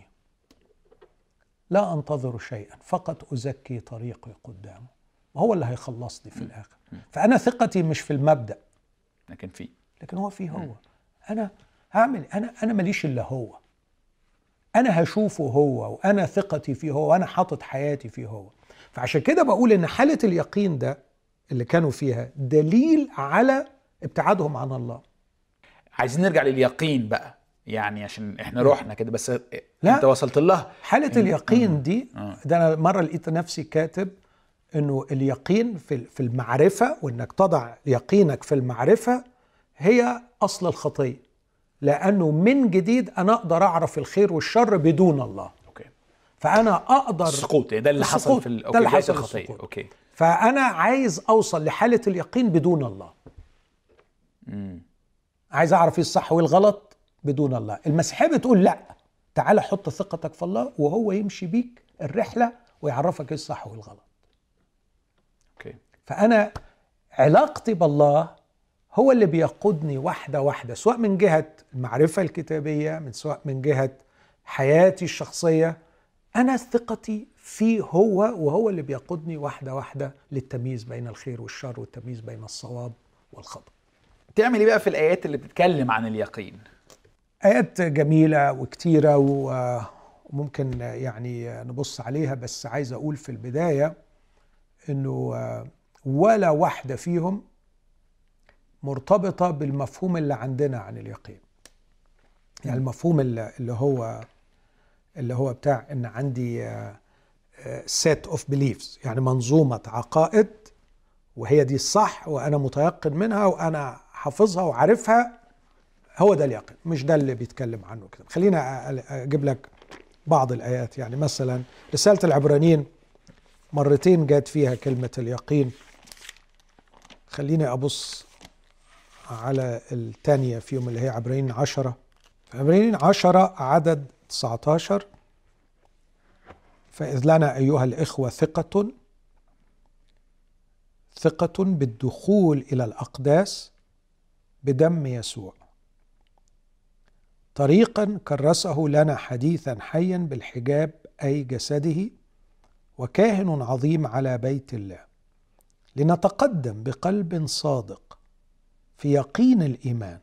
لا انتظر شيئا فقط ازكي طريقي قدامه، وهو اللي هيخلصني في الاخر. فانا ثقتي مش في المبدأ لكن فيه لكن هو فيه هو. انا هعمل انا انا ماليش الا هو. انا هشوفه هو، وانا ثقتي فيه هو، وانا حاطط حياتي فيه هو. فعشان كده بقول ان حالة اليقين ده اللي كانوا فيها دليل على ابتعادهم عن الله. عايزين نرجع لليقين بقى، يعني عشان احنا روحنا كده بس. لا. انت وصلت لها حالة اليقين دي. ده انا مرة لقيت نفسي كاتب انه اليقين في في المعرفة، وانك تضع يقينك في المعرفة هي اصل الخطية. لانه من جديد انا اقدر اعرف الخير والشر بدون الله. اوكي. فانا اقدر السقوط ده اللي حصل في ده اللي حصل الخطية. اوكي. فانا عايز اوصل لحالة اليقين بدون الله. امم عايز اعرف ايه الصح وايه الغلط بدون الله. المسيحية بتقول لا، تعال حط ثقتك في الله وهو يمشي بيك الرحلة ويعرفك ايه الصح وايه الغلط. اوكي. فانا علاقتي بالله هو اللي بيقودني واحدة واحدة، سواء من جهة المعرفة الكتابية، من سواء من جهة حياتي الشخصية. أنا ثقتي فيه هو، وهو اللي بيقودني واحدة واحدة للتمييز بين الخير والشر، والتمييز بين الصواب والخطأ. تعمل ايه بقى في الآيات اللي بتتكلم عن اليقين؟ آيات جميلة وكتيرة وممكن يعني نبص عليها، بس عايز أقول في البداية إنه ولا واحدة فيهم مرتبطة بالمفهوم اللي عندنا عن اليقين. يعني المفهوم اللي هو اللي هو بتاع ان عندي set of beliefs، يعني منظومة عقائد وهي دي الصح وانا متيقن منها وانا حافظها وعارفها، هو ده اليقين. مش ده اللي بيتكلم عنه كده. خلينا اجيب لك بعض الايات. يعني مثلا رسالة العبرانيين مرتين جات فيها كلمة اليقين. خليني ابص على الثانية فيهم اللي هي عبرانيين عشرة. عبرانيين عشرة عدد تسعة عشر: فإذ لنا أيها الإخوة ثقة ثقة بالدخول إلى الأقداس بدم يسوع، طريقا كرسه لنا حديثا حيا بالحجاب أي جسده، وكاهن عظيم على بيت الله، لنتقدم بقلب صادق في يقين الإيمان،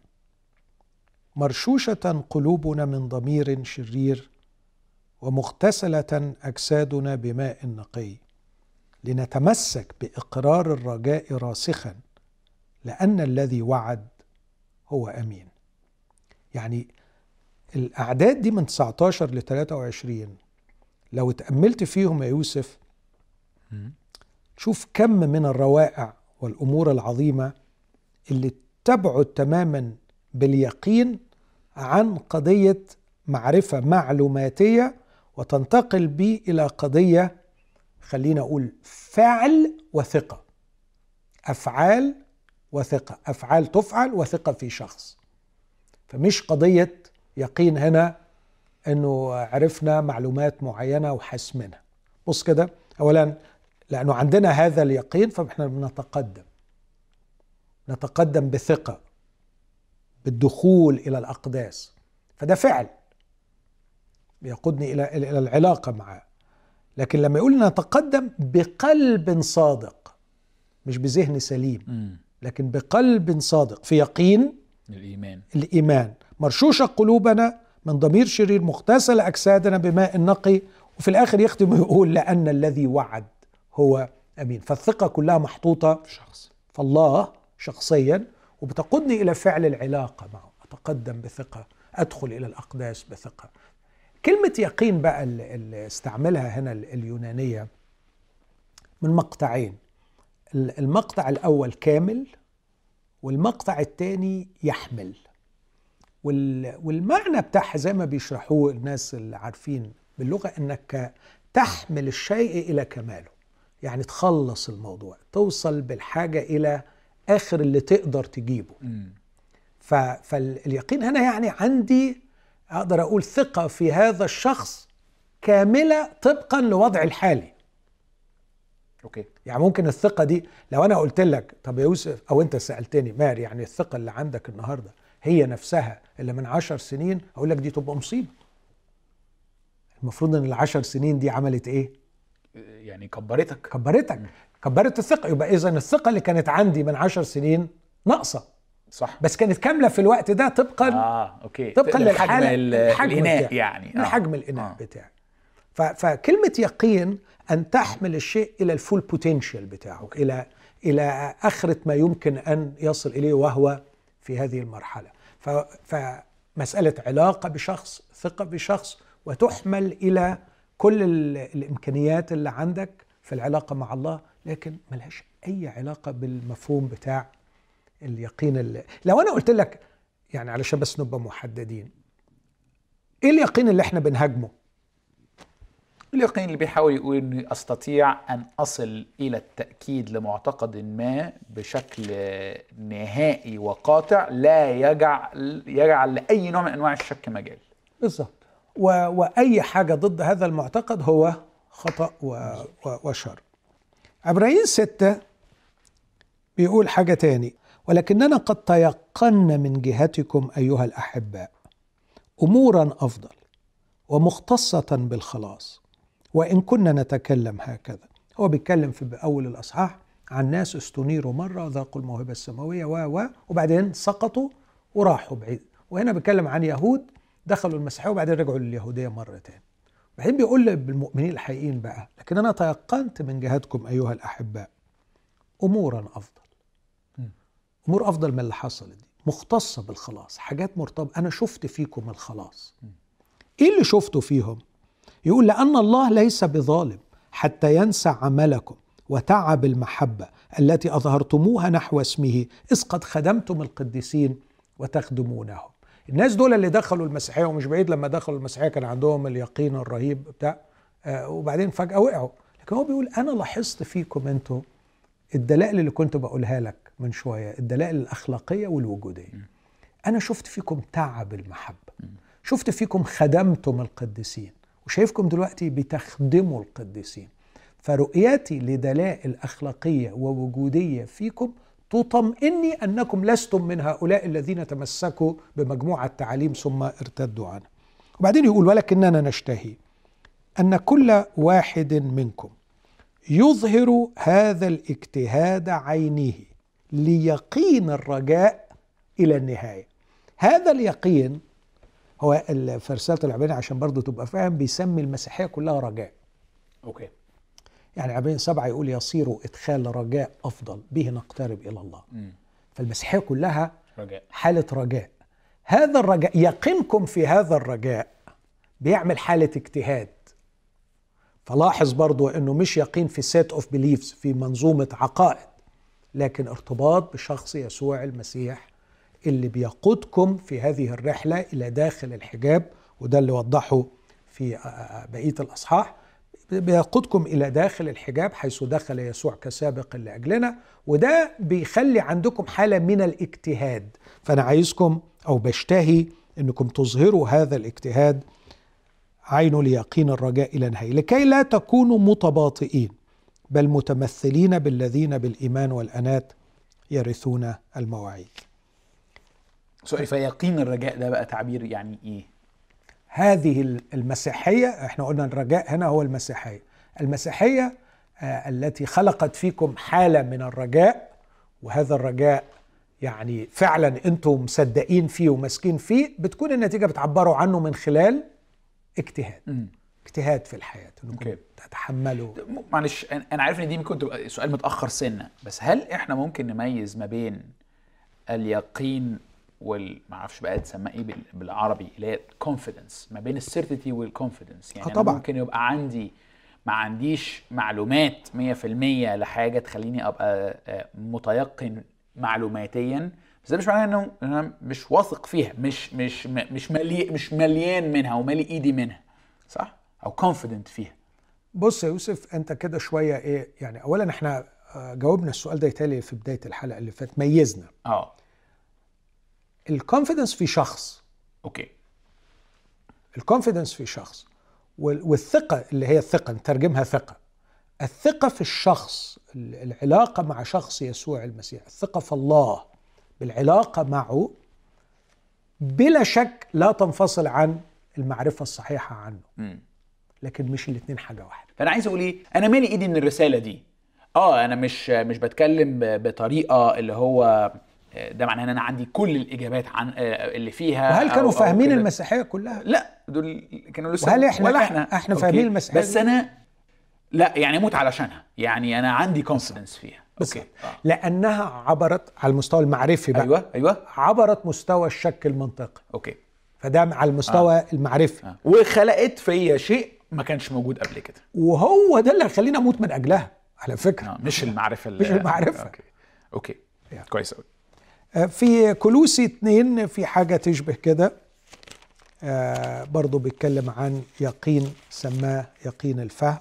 مرشوشة قلوبنا من ضمير شرير، ومغتسلة أجسادنا بماء نقي، لنتمسك بإقرار الرجاء راسخا لأن الذي وعد هو أمين. يعني الأعداد دي من تسعتاشر ل تلاتة وعشرين لو اتأملت فيهم يا يوسف شوف كم من الروائع والأمور العظيمة اللي تبعد تماما باليقين عن قضية معرفة معلوماتية وتنتقل بي إلى قضية خلينا أقول فعل وثقة، أفعال وثقة، أفعال تفعل وثقة في شخص. فمش قضية يقين هنا أنه عرفنا معلومات معينة وحسمنا. بص كده، أولا لأنه عندنا هذا اليقين فإحنا بنتقدم نتقدم بثقة بالدخول إلى الأقداس، فده فعل يقودني إلى إلى العلاقة معه. لكن لما يقول نتقدم بقلب صادق، مش بذهن سليم، لكن بقلب صادق في يقين الإيمان الإيمان مرشوشة قلوبنا من ضمير شرير مغتسل أجسادنا بماء نقي. وفي الآخر يختم يقول لأن الذي وعد هو أمين. فالثقة كلها محطوطة في شخص، فالله شخصيا، وبتقودني إلى فعل العلاقة معه. أتقدم بثقة، أدخل إلى الأقداس بثقة. كلمة يقين بقى اللي استعملها هنا اليونانية من مقطعين. المقطع الأول كامل، والمقطع الثاني يحمل. والمعنى بتاعها زي ما بيشرحوه الناس اللي عارفين باللغة إنك تحمل الشيء إلى كماله، يعني تخلص الموضوع، توصل بالحاجة إلى آخر اللي تقدر تجيبه. فاليقين هنا يعني عندي أقدر أقول ثقة في هذا الشخص كاملة طبقا لوضع الحالي. أوكي. يعني ممكن الثقة دي لو أنا قلت لك طب يا يوسف، أو أنت سألتني مار يعني الثقة اللي عندك النهاردة هي نفسها اللي من عشر سنين، أقول لك دي تبقى مصيبة. المفروض أن العشر سنين دي عملت إيه؟ يعني كبرتك كبرتك م. كبرت الثقة. يبقى إذن الثقة اللي كانت عندي من عشر سنين ناقصة، صح، بس كانت كاملة في الوقت ده طبقا آه، أوكي. طبقا للحالة الحجم الإناء يعني آه. الحجم الإناء آه. بتاعي. فكلمة يقين أن تحمل الشيء إلى الفول بوتنشال بتاعه، أوكي. إلى إلى آخرة ما يمكن أن يصل إليه وهو في هذه المرحلة. فمسألة علاقة بشخص، ثقة بشخص، وتحمل إلى كل الإمكانيات اللي عندك في العلاقة مع الله، لكن ملهاش أي علاقة بالمفهوم بتاع اليقين. اللي لو أنا قلت لك يعني علشان بس نبقى محددين، إيه اليقين اللي إحنا بنهاجمه؟ اليقين اللي بيحاول يقول إني أستطيع أن أصل إلى التأكيد لمعتقد ما بشكل نهائي وقاطع لا يجعل يجعل لأي نوع من أنواع الشك مجال. بالضبط. وأي حاجة ضد هذا المعتقد هو خطأ وشر. عبرانيين ستة بيقول حاجة تاني: ولكننا قد تيقنا من جهتكم أيها الأحباء أمورا أفضل ومختصة بالخلاص، وإن كنا نتكلم هكذا. هو بيتكلم في أول الأصحاح عن ناس استنيروا مرة وذاقوا الموهبة السماوية و و وبعدين سقطوا وراحوا بعيد. وهنا بيتكلم عن يهود دخلوا المسيحية وبعدين رجعوا لليهودية مرة تاني. بعدين بيقول بالمؤمنين الحقيقيين بقى: لكن أنا تيقنت من جهتكم أيها الأحباء أمورا أفضل. أمور أفضل من اللي حصلت دي، مختصة بالخلاص، حاجات مرتبطة. أنا شفت فيكم الخلاص. إيه اللي شفته فيهم؟ يقول: لأن الله ليس بظالم حتى ينسى عملكم وتعب المحبة التي أظهرتموها نحو اسمه، إذ قد خدمتم القديسين وتخدمونهم. الناس دول اللي دخلوا المسيحية، ومش بعيد لما دخلوا المسيحية كان عندهم اليقين الرهيب بتاع آه وبعدين فجأة وقعوا. لكن هو بيقول: أنا لاحظت فيكم أنتوا الدلائل اللي كنت بقولها لك من شوية، الدلائل الأخلاقية والوجودية. أنا شفت فيكم تعب المحبة، شفت فيكم خدمتم القديسين، وشايفكم دلوقتي بتخدموا القديسين. فرؤيتي لدلائل أخلاقية ووجودية فيكم تطمئني أنكم لستم من هؤلاء الذين تمسكوا بمجموعة تعاليم ثم ارتدوا عنها. وبعدين يقول: ولكننا نشتهي أن كل واحد منكم يظهر هذا الاجتهاد عينه ليقين الرجاء إلى النهاية. هذا اليقين هو في رسالة العبرانيين عشان برضو تبقى فاهم بيسمي المسيحية كلها رجاء. أوكي. يعني عبرين سبعة يقول يصير إدخال رجاء أفضل به نقترب إلى الله. مم. فالمسيحية كلها رجاء. حالة رجاء. هذا الرجاء يقينكم في هذا الرجاء بيعمل حالة اجتهاد. فلاحظ برضو أنه مش يقين في set of beliefs في منظومة عقائد، لكن ارتباط بشخص يسوع المسيح اللي بيقودكم في هذه الرحلة إلى داخل الحجاب. وده اللي وضحه في بقية الأصحاح، بيقودكم إلى داخل الحجاب حيث دخل يسوع كسابق لأجلنا. وده بيخلي عندكم حالة من الاجتهاد. فأنا عايزكم أو بشتهي أنكم تظهروا هذا الاجتهاد عين ليقين الرجاء إلى نهاية، لكي لا تكونوا متباطئين بل متمثلين بالذين بالإيمان والأنات يرثون المواعيد. سؤال، فيقين الرجاء ده بقى تعبير يعني إيه؟ هذه المسيحية، احنا قلنا الرجاء هنا هو المسيحية. المسيحية آه التي خلقت فيكم حالة من الرجاء، وهذا الرجاء يعني فعلا انتم مصدقين فيه وماسكين فيه، بتكون النتيجة بتعبروا عنه من خلال اجتهاد. م. اجتهاد في الحياة، انكم تتحملوا. معلش انا عارف ان دي ممكن تبقى سؤال متأخر سنة، بس هل احنا ممكن نميز ما بين اليقين وال ما اعرفش بقى تسمى ايه بالعربي اللي هي confidence، ما بين السيرتيتي والكونفيدنس؟ يعني طبعا ممكن يبقى عندي ما عنديش معلومات مية في المية لحاجة تخليني ابقى متيقن معلوماتيا، بس ده مش معناه انه انا مش واثق فيها، مش مش مش ملي مش مليان منها ومالي ايدي منها، صح؟ او confident فيها. بص يا يوسف، انت كده شويه ايه يعني. اولا احنا جاوبنا السؤال ده يتهيألي في بدايه الحلقه اللي فاتت، ميزنا اه الكونفيدنس في شخص. اوكي، الكونفيدنس في شخص، والثقه اللي هي الثقه نترجمها ثقه. الثقه في الشخص، العلاقه مع شخص يسوع المسيح، الثقه في الله بالعلاقه معه بلا شك لا تنفصل عن المعرفه الصحيحه عنه. م. لكن مش الاثنين حاجه واحده. فانا عايز اقول ايه، انا مالي ايدي من الرساله دي. اه انا مش مش بتكلم بطريقه اللي هو ده معناه ان انا عندي كل الاجابات عن اللي فيها. وهل كانوا فاهمين المسيحيه كلها؟ لا، دول كانوا لسه. وهل احنا ولا احنا احنا فاهمين المسيحيه؟ بس انا لا يعني اموت علشانها، يعني انا عندي كونفيدنس فيها. اوكي آه. لانها عبرت على المستوى المعرفي بقى. ايوه ايوه عبرت مستوى الشك المنطقي. اوكي، فده على المستوى آه. المعرفي آه. وخلقت فيا شيء ما كانش موجود قبل كده، وهو ده اللي خلينا اموت من اجلها على فكره. آه. مش المعرفه مش المعرفه. اوكي اوكي يعني. كويس قوي. في كولوسي اتنين في حاجه تشبه كده، آه برضو بيتكلم عن يقين سماه يقين الفهم.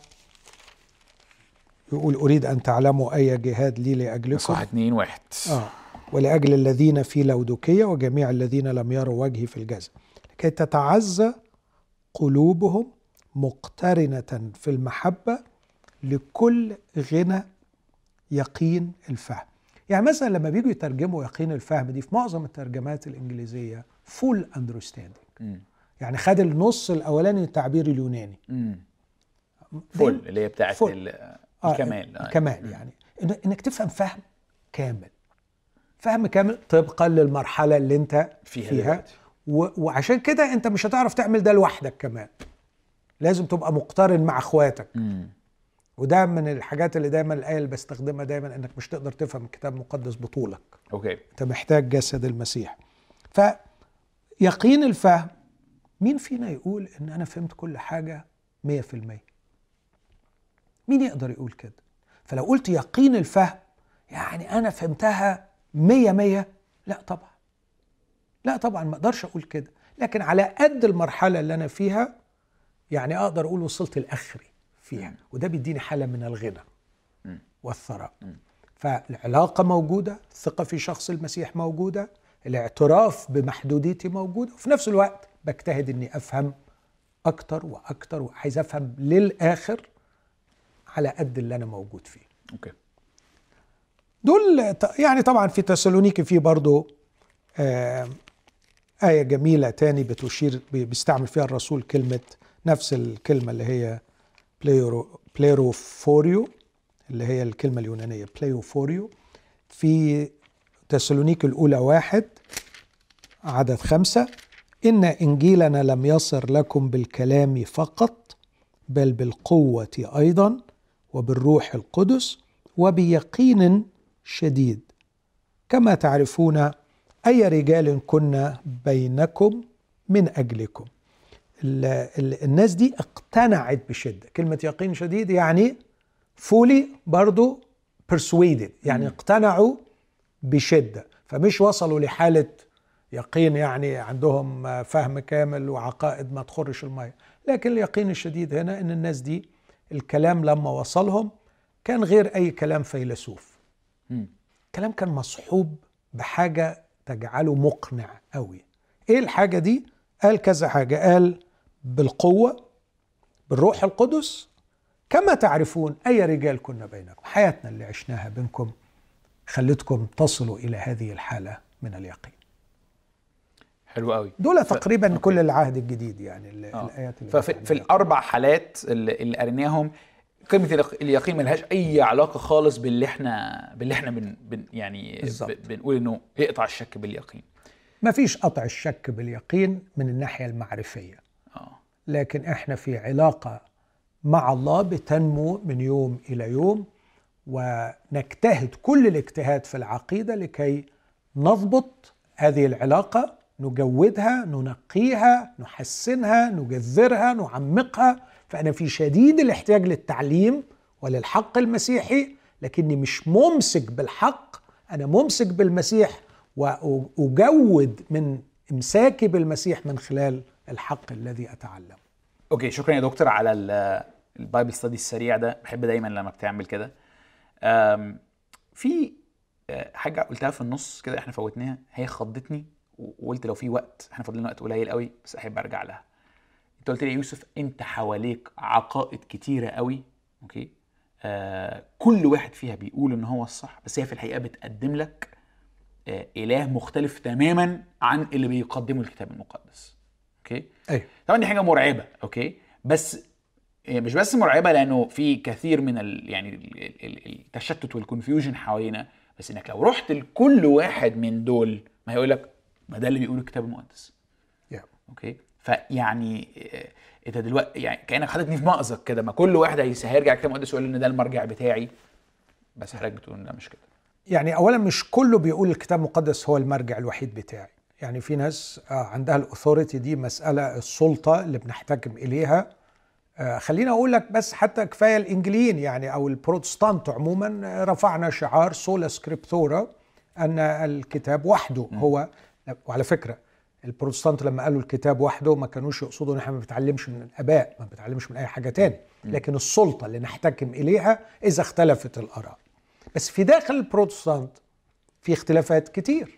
يقول أريد أن تعلموا أي جهاد لي لأجلكم. صح، اتنين واحد. آه ولأجل الذين في لودوكية وجميع الذين لم يروا وجهي في الجزاء، لكي تتعزى قلوبهم مقترنة في المحبة لكل غنى يقين الفهم. يعني مثلا لما بيجوا يترجموا يقين الفهم دي في معظم الترجمات الإنجليزية full understanding، م. يعني خد النص الأولاني التعبير اليوناني فول اللي هي بتاعت الكمال. آه الكمال، يعني انك تفهم فهم كامل، فهم كامل طبقا للمرحله اللي انت فيها, فيها. و... وعشان كده انت مش هتعرف تعمل ده لوحدك، كمان لازم تبقى مقترن مع اخواتك. م. وده من الحاجات اللي دايما الايه اللي بستخدمها دايما، انك مش تقدر تفهم الكتاب المقدس بطولك. اوكي، انت محتاج جسد المسيح. فيقين الفهم، مين فينا يقول ان انا فهمت كل حاجه مية في المية؟ مين يقدر يقول كده؟ فلو قلت يقين الفهم يعني أنا فهمتها مية مية، لا طبعا، لا طبعا ما أقدرش أقول كده. لكن على قد المرحلة اللي أنا فيها يعني أقدر أقول وصلت الآخري فيها، م. وده بيديني حالة من الغنى م. والثراء. م. فالعلاقة موجودة، الثقة في شخص المسيح موجودة، الاعتراف بمحدوديتي موجودة، وفي نفس الوقت بجتهد أني أفهم أكتر وأكتر، وعايز أفهم للآخر على قد اللي أنا موجود فيه. أوكي. دول يعني طبعا في تسالونيكي في برضو آه آية جميلة تاني بتشير بيستعمل فيها الرسول كلمة نفس الكلمة اللي هي بليرو بليروفوريو، اللي هي الكلمة اليونانية بليروفوريو، في تسالونيكي الأولى واحد عدد خمسة: إن إنجيلنا لم يصر لكم بالكلام فقط بل بالقوة أيضا وبالروح القدس وبيقين شديد، كما تعرفون أي رجال كنا بينكم من أجلكم. ال ال الناس دي اقتنعت بشدة. كلمة يقين شديد يعني فولي برضو persuaded، يعني اقتنعوا بشدة، فمش وصلوا لحالة يقين يعني عندهم فهم كامل وعقائد ما تخرش المية، لكن اليقين الشديد هنا ان الناس دي الكلام لما وصلهم كان غير اي كلام فيلسوف. كلام كان مصحوب بحاجة تجعله مقنع قوي. ايه الحاجة دي؟ قال كذا حاجة، قال بالقوة، بالروح القدس، كما تعرفون أي رجال كنا بينكم. حياتنا اللي عشناها بينكم خلتكم تصلوا إلى هذه الحالة من اليقين. حلو قوي. دول تقريبا ف... كل العهد الجديد يعني آه. الآيات اللي ففي في الأربع حالات اللي, اللي قريناهم قيمة اليقين ملهاش أي علاقة خالص باللي احنا باللي احنا بن... بن يعني ب... بنقول إنه يقطع الشك باليقين. ما فيش قطع الشك باليقين من الناحية المعرفية، آه. لكن احنا في علاقة مع الله بتنمو من يوم إلى يوم، ونجتهد كل الاجتهاد في العقيدة لكي نضبط هذه العلاقة، نجودها، ننقيها، نحسنها، نجذرها، نعمقها. فأنا في شديد الاحتياج للتعليم وللحق المسيحي، لكني مش ممسك بالحق، أنا ممسك بالمسيح، وأجود من إمساكي بالمسيح من خلال الحق الذي أتعلم. أوكي، شكرا يا دكتور على البايبل ستادي السريع ده. بحب دايما لما بتعمل كده. في حاجة قلتها في النص كده احنا فوتناها، هي خضتني وقلت لو في وقت، احنا فاضلنا وقت قليل قوي بس احب ارجع لها. انت قلت لي يا يوسف انت حواليك عقائد كتيرة قوي، اوكي، آه كل واحد فيها بيقول ان هو الصح، بس هي في الحقيقة بتقدم لك آه اله مختلف تماما عن اللي بيقدمه الكتاب المقدس. اوكي، ايوه طبعا دي حاجة مرعبة، اوكي، بس مش بس مرعبة لانه في كثير من ال يعني التشتت والكونفيوجن حوالينا، بس انك لو رحت لكل واحد من دول ما هيقول لك ما ده اللي بيقوله الكتاب المقدس. yeah. اوكي، فيعني انت دلوقتي يعني كانك حاططني في مأزق كده، ما كل واحد هيرجع الكتاب المقدس ويقول ان ده المرجع بتاعي، بس حضرتك بتقول ان ده مش كده. يعني اولا مش كله بيقول الكتاب المقدس هو المرجع الوحيد بتاعي، يعني في ناس عندها الاثوريتي دي، مسألة السلطة اللي بنحتكم اليها. خلينا اقول لك بس حتى كفايه الانجليين يعني او البروتستانت عموما رفعنا شعار سولا سكريبتورا، ان الكتاب وحده هو. وعلى فكره البروتستانت لما قالوا الكتاب وحده ما كانوش يقصدوا ان احنا ما بنتعلمش من الاباء، ما بنتعلمش من اي حاجه تاني، لكن السلطه اللي نحتكم اليها اذا اختلفت الاراء. بس في داخل البروتستانت في اختلافات كتير،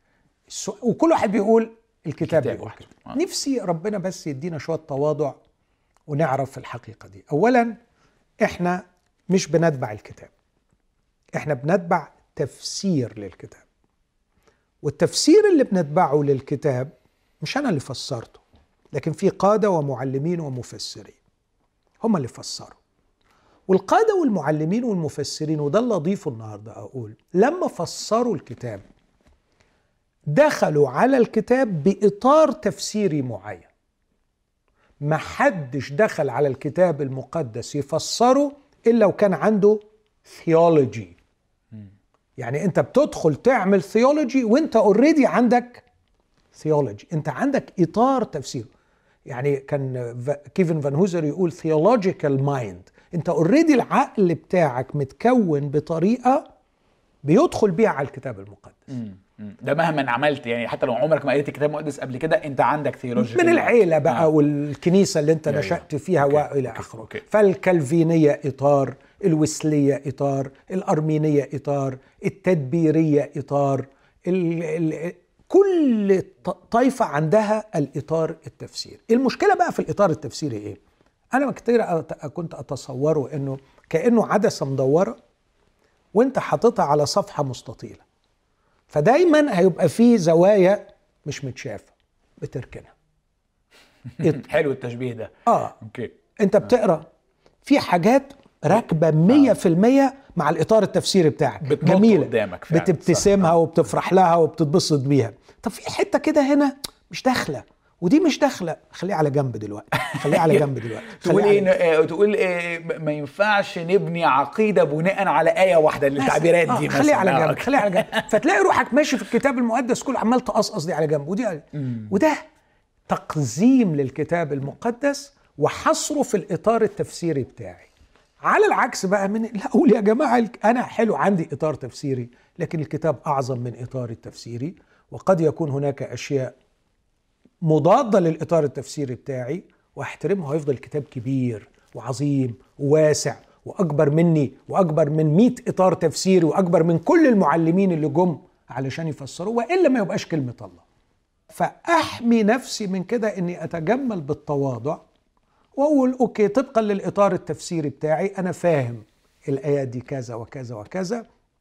وكل واحد بيقول الكتاب بيقول كده. نفسي ربنا بس يدينا شويه تواضع ونعرف الحقيقة دي. أولا إحنا مش بنتبع الكتاب، إحنا بنتبع تفسير للكتاب، والتفسير اللي بنتبعه للكتاب مش أنا اللي فسرته، لكن في قادة ومعلمين ومفسرين هم اللي فسروا. والقادة والمعلمين والمفسرين، وده اللي أضيفه النهاردة أقول، لما فسروا الكتاب دخلوا على الكتاب بإطار تفسيري معين. ما حدش دخل على الكتاب المقدس يفسره إلا وكان عنده ثيولوجي. يعني أنت بتدخل تعمل ثيولوجي وأنت أوريدي عندك ثيولوجي، أنت عندك إطار تفسير. يعني كان كيفن فان هوزر يقول theological mind، أنت أوريدي العقل بتاعك متكون بطريقة بيدخل بيها على الكتاب المقدس. ده مهما عملت، يعني حتى لو عمرك ما قريت الكتاب المقدس قبل كده انت عندك ثيولوجيا من العيله بقى آه. والكنيسه اللي انت نشأت فيها والى اخره. فالكالفينيه اطار، الوسليه اطار، الارمينيه اطار، التدبيريه اطار، ال ال كل طائفه عندها الاطار التفسيري. المشكله بقى في الاطار التفسيري ايه؟ انا كتير كنت اتصوره انه كانه عدسه مدوره وانت حاططها على صفحه مستطيله، فدايما هيبقى فيه زوايا مش متشافه بتركنها. حلو التشبيه ده. اه اوكي، انت بتقرا في حاجات راكبه مية في المية مع الاطار التفسيري بتاعك، جميله بتبتسمها وبتفرح لها وبتتبسط بيها. طب في حته كده هنا مش داخله، ودي مش داخله، خليها على جنب دلوقتي، خليها على جنب دلوقتي. تقول ايه؟ تقول إيه؟ ما ينفعش نبني عقيده بناء على ايه واحده للتعبيرات دي مثلا. خليها على جنب، خليها على جنب. فتلاقي روحك ماشي في الكتاب المقدس كله عمال تقصقص دي على جنب ودي على جنب. وده تقزيم للكتاب المقدس وحصره في الاطار التفسيري بتاعي. على العكس بقى من لا اقول يا جماعه انا حلو عندي اطار تفسيري، لكن الكتاب اعظم من اطار التفسيري، وقد يكون هناك اشياء مضادة للإطار التفسيري بتاعي واحترمها، ويفضل كتاب كبير وعظيم وواسع وأكبر مني وأكبر من مئة إطار تفسيري وأكبر من كل المعلمين اللي جم علشان يفسروا، وإلا ما يبقاش كلمة الله. فأحمي نفسي من كده إني أتجمل بالتواضع وأقول أوكي طبقا للإطار التفسيري بتاعي أنا فاهم الآيات دي كذا وكذا وكذا.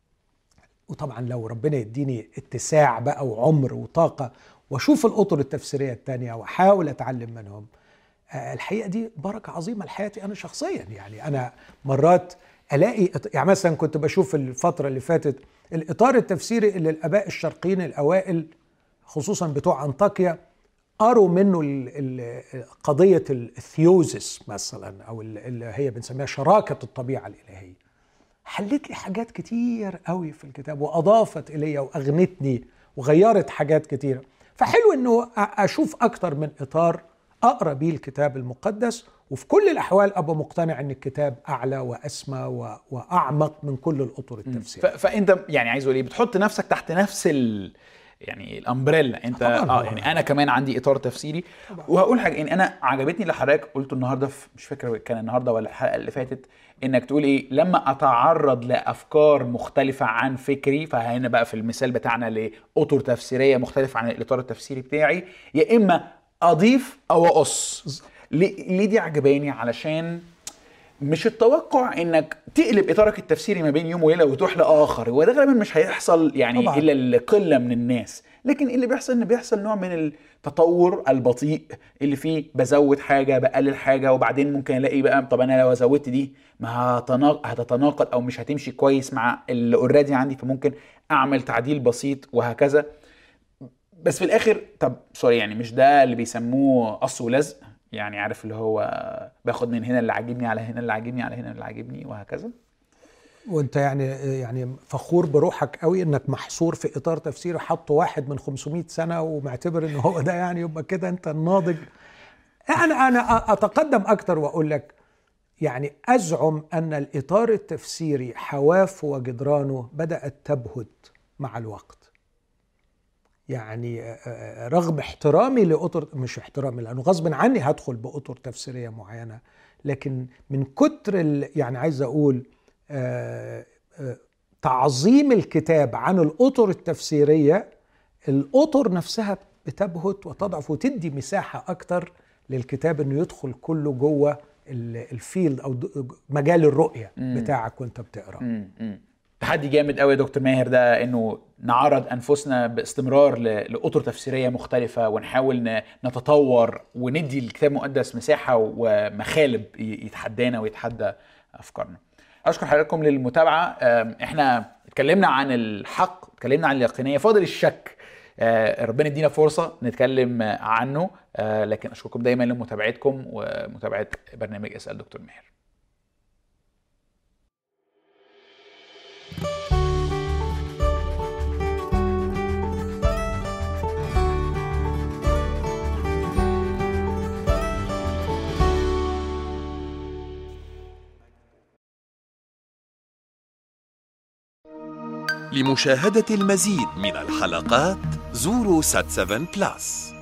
وطبعا لو ربنا يديني اتساع بقى وعمر وطاقة واشوف الاطر التفسيريه الثانيه واحاول اتعلم منهم، الحقيقه دي بركه عظيمه لحياتي انا شخصيا. يعني انا مرات الاقي يعني مثلا كنت بشوف الفتره اللي فاتت الاطار التفسيري اللي الاباء الشرقيين الاوائل خصوصا بتوع انطاكيا قروا منه قضيه الثيوزس مثلا، او اللي هي بنسميها شراكه الطبيعه الالهيه. حلت لي حاجات كتير قوي في الكتاب واضافت الي واغنتني وغيرت حاجات كتيره. فحلو انه اشوف اكتر من اطار اقرا بيه الكتاب المقدس، وفي كل الاحوال ابقى مقتنع ان الكتاب اعلى واسمى واعمق من كل الاطر التفسيريه. فانت يعني عايز اقول ايه، بتحط نفسك تحت نفس ال يعني الامبريلا انت اه يعني انا كمان عندي اطار تفسيري. وهقول حاجه ان انا عجبتني اللي حضرتك قلته النهارده، مش فاكر كان النهارده ولا الحلقه اللي فاتت، انك تقول ايه لما اتعرض لافكار مختلفه عن فكري، فهنا بقى في المثال بتاعنا لاطر تفسيريه مختلفه عن الاطار التفسيري بتاعي، يا اما اضيف او اقص. ليه دي عجباني؟ علشان مش التوقع انك تقلب اطارك التفسيري ما بين يوم وليله وتروح لاخر، وده غالبا مش هيحصل يعني طبعا. الا لقله من الناس. لكن اللي بيحصل ان بيحصل نوع من التطور البطيء اللي فيه بزود حاجه بقلل حاجه، وبعدين ممكن الاقي بقى طب انا لو زودت دي ما هتتناقض او مش هتمشي كويس مع اللي اوريدي عندي، فممكن اعمل تعديل بسيط وهكذا. بس في الاخر طب سوري يعني مش ده اللي بيسموه قص ولزق؟ يعني عارف اللي هو باخد من هنا اللي عاجبني على هنا اللي عاجبني على هنا اللي عاجبني وهكذا. وانت يعني يعني فخور بروحك قوي انك محصور في اطار تفسيري حطه واحد من خمسمائة سنه ومعتبر ان هو ده، يعني يبقى كده انت الناضج. انا انا اتقدم اكتر واقول لك يعني ازعم ان الاطار التفسيري حوافه وجدرانه بدات تبهت مع الوقت. يعني رغم احترامي لأطر، مش احترامي لأنه غصب عني هدخل بأطر تفسيرية معينة، لكن من كتر يعني عايز أقول آآ آآ تعظيم الكتاب عن الأطر التفسيرية، الأطر نفسها بتبهت وتضعف وتدي مساحة أكتر للكتاب إنه يدخل كله جوه الفيلد أو مجال الرؤية بتاعك وانت بتقرأ. تحدي جامد قوي يا دكتور ماهر ده، انه نعرض انفسنا باستمرار لاطر تفسيريه مختلفه ونحاول نتطور وندي الكتاب المقدس مساحه ومخالب يتحدانا ويتحدى افكارنا. اشكر حضراتكم للمتابعه. احنا اتكلمنا عن الحق، اتكلمنا عن اليقينيه، فاضل الشك. ربنا يدينا فرصه نتكلم عنه، لكن اشكركم دايما لمتابعتكم ومتابعه برنامج اسال دكتور ماهر. لمشاهدة المزيد من الحلقات زوروا سات سفن بلس.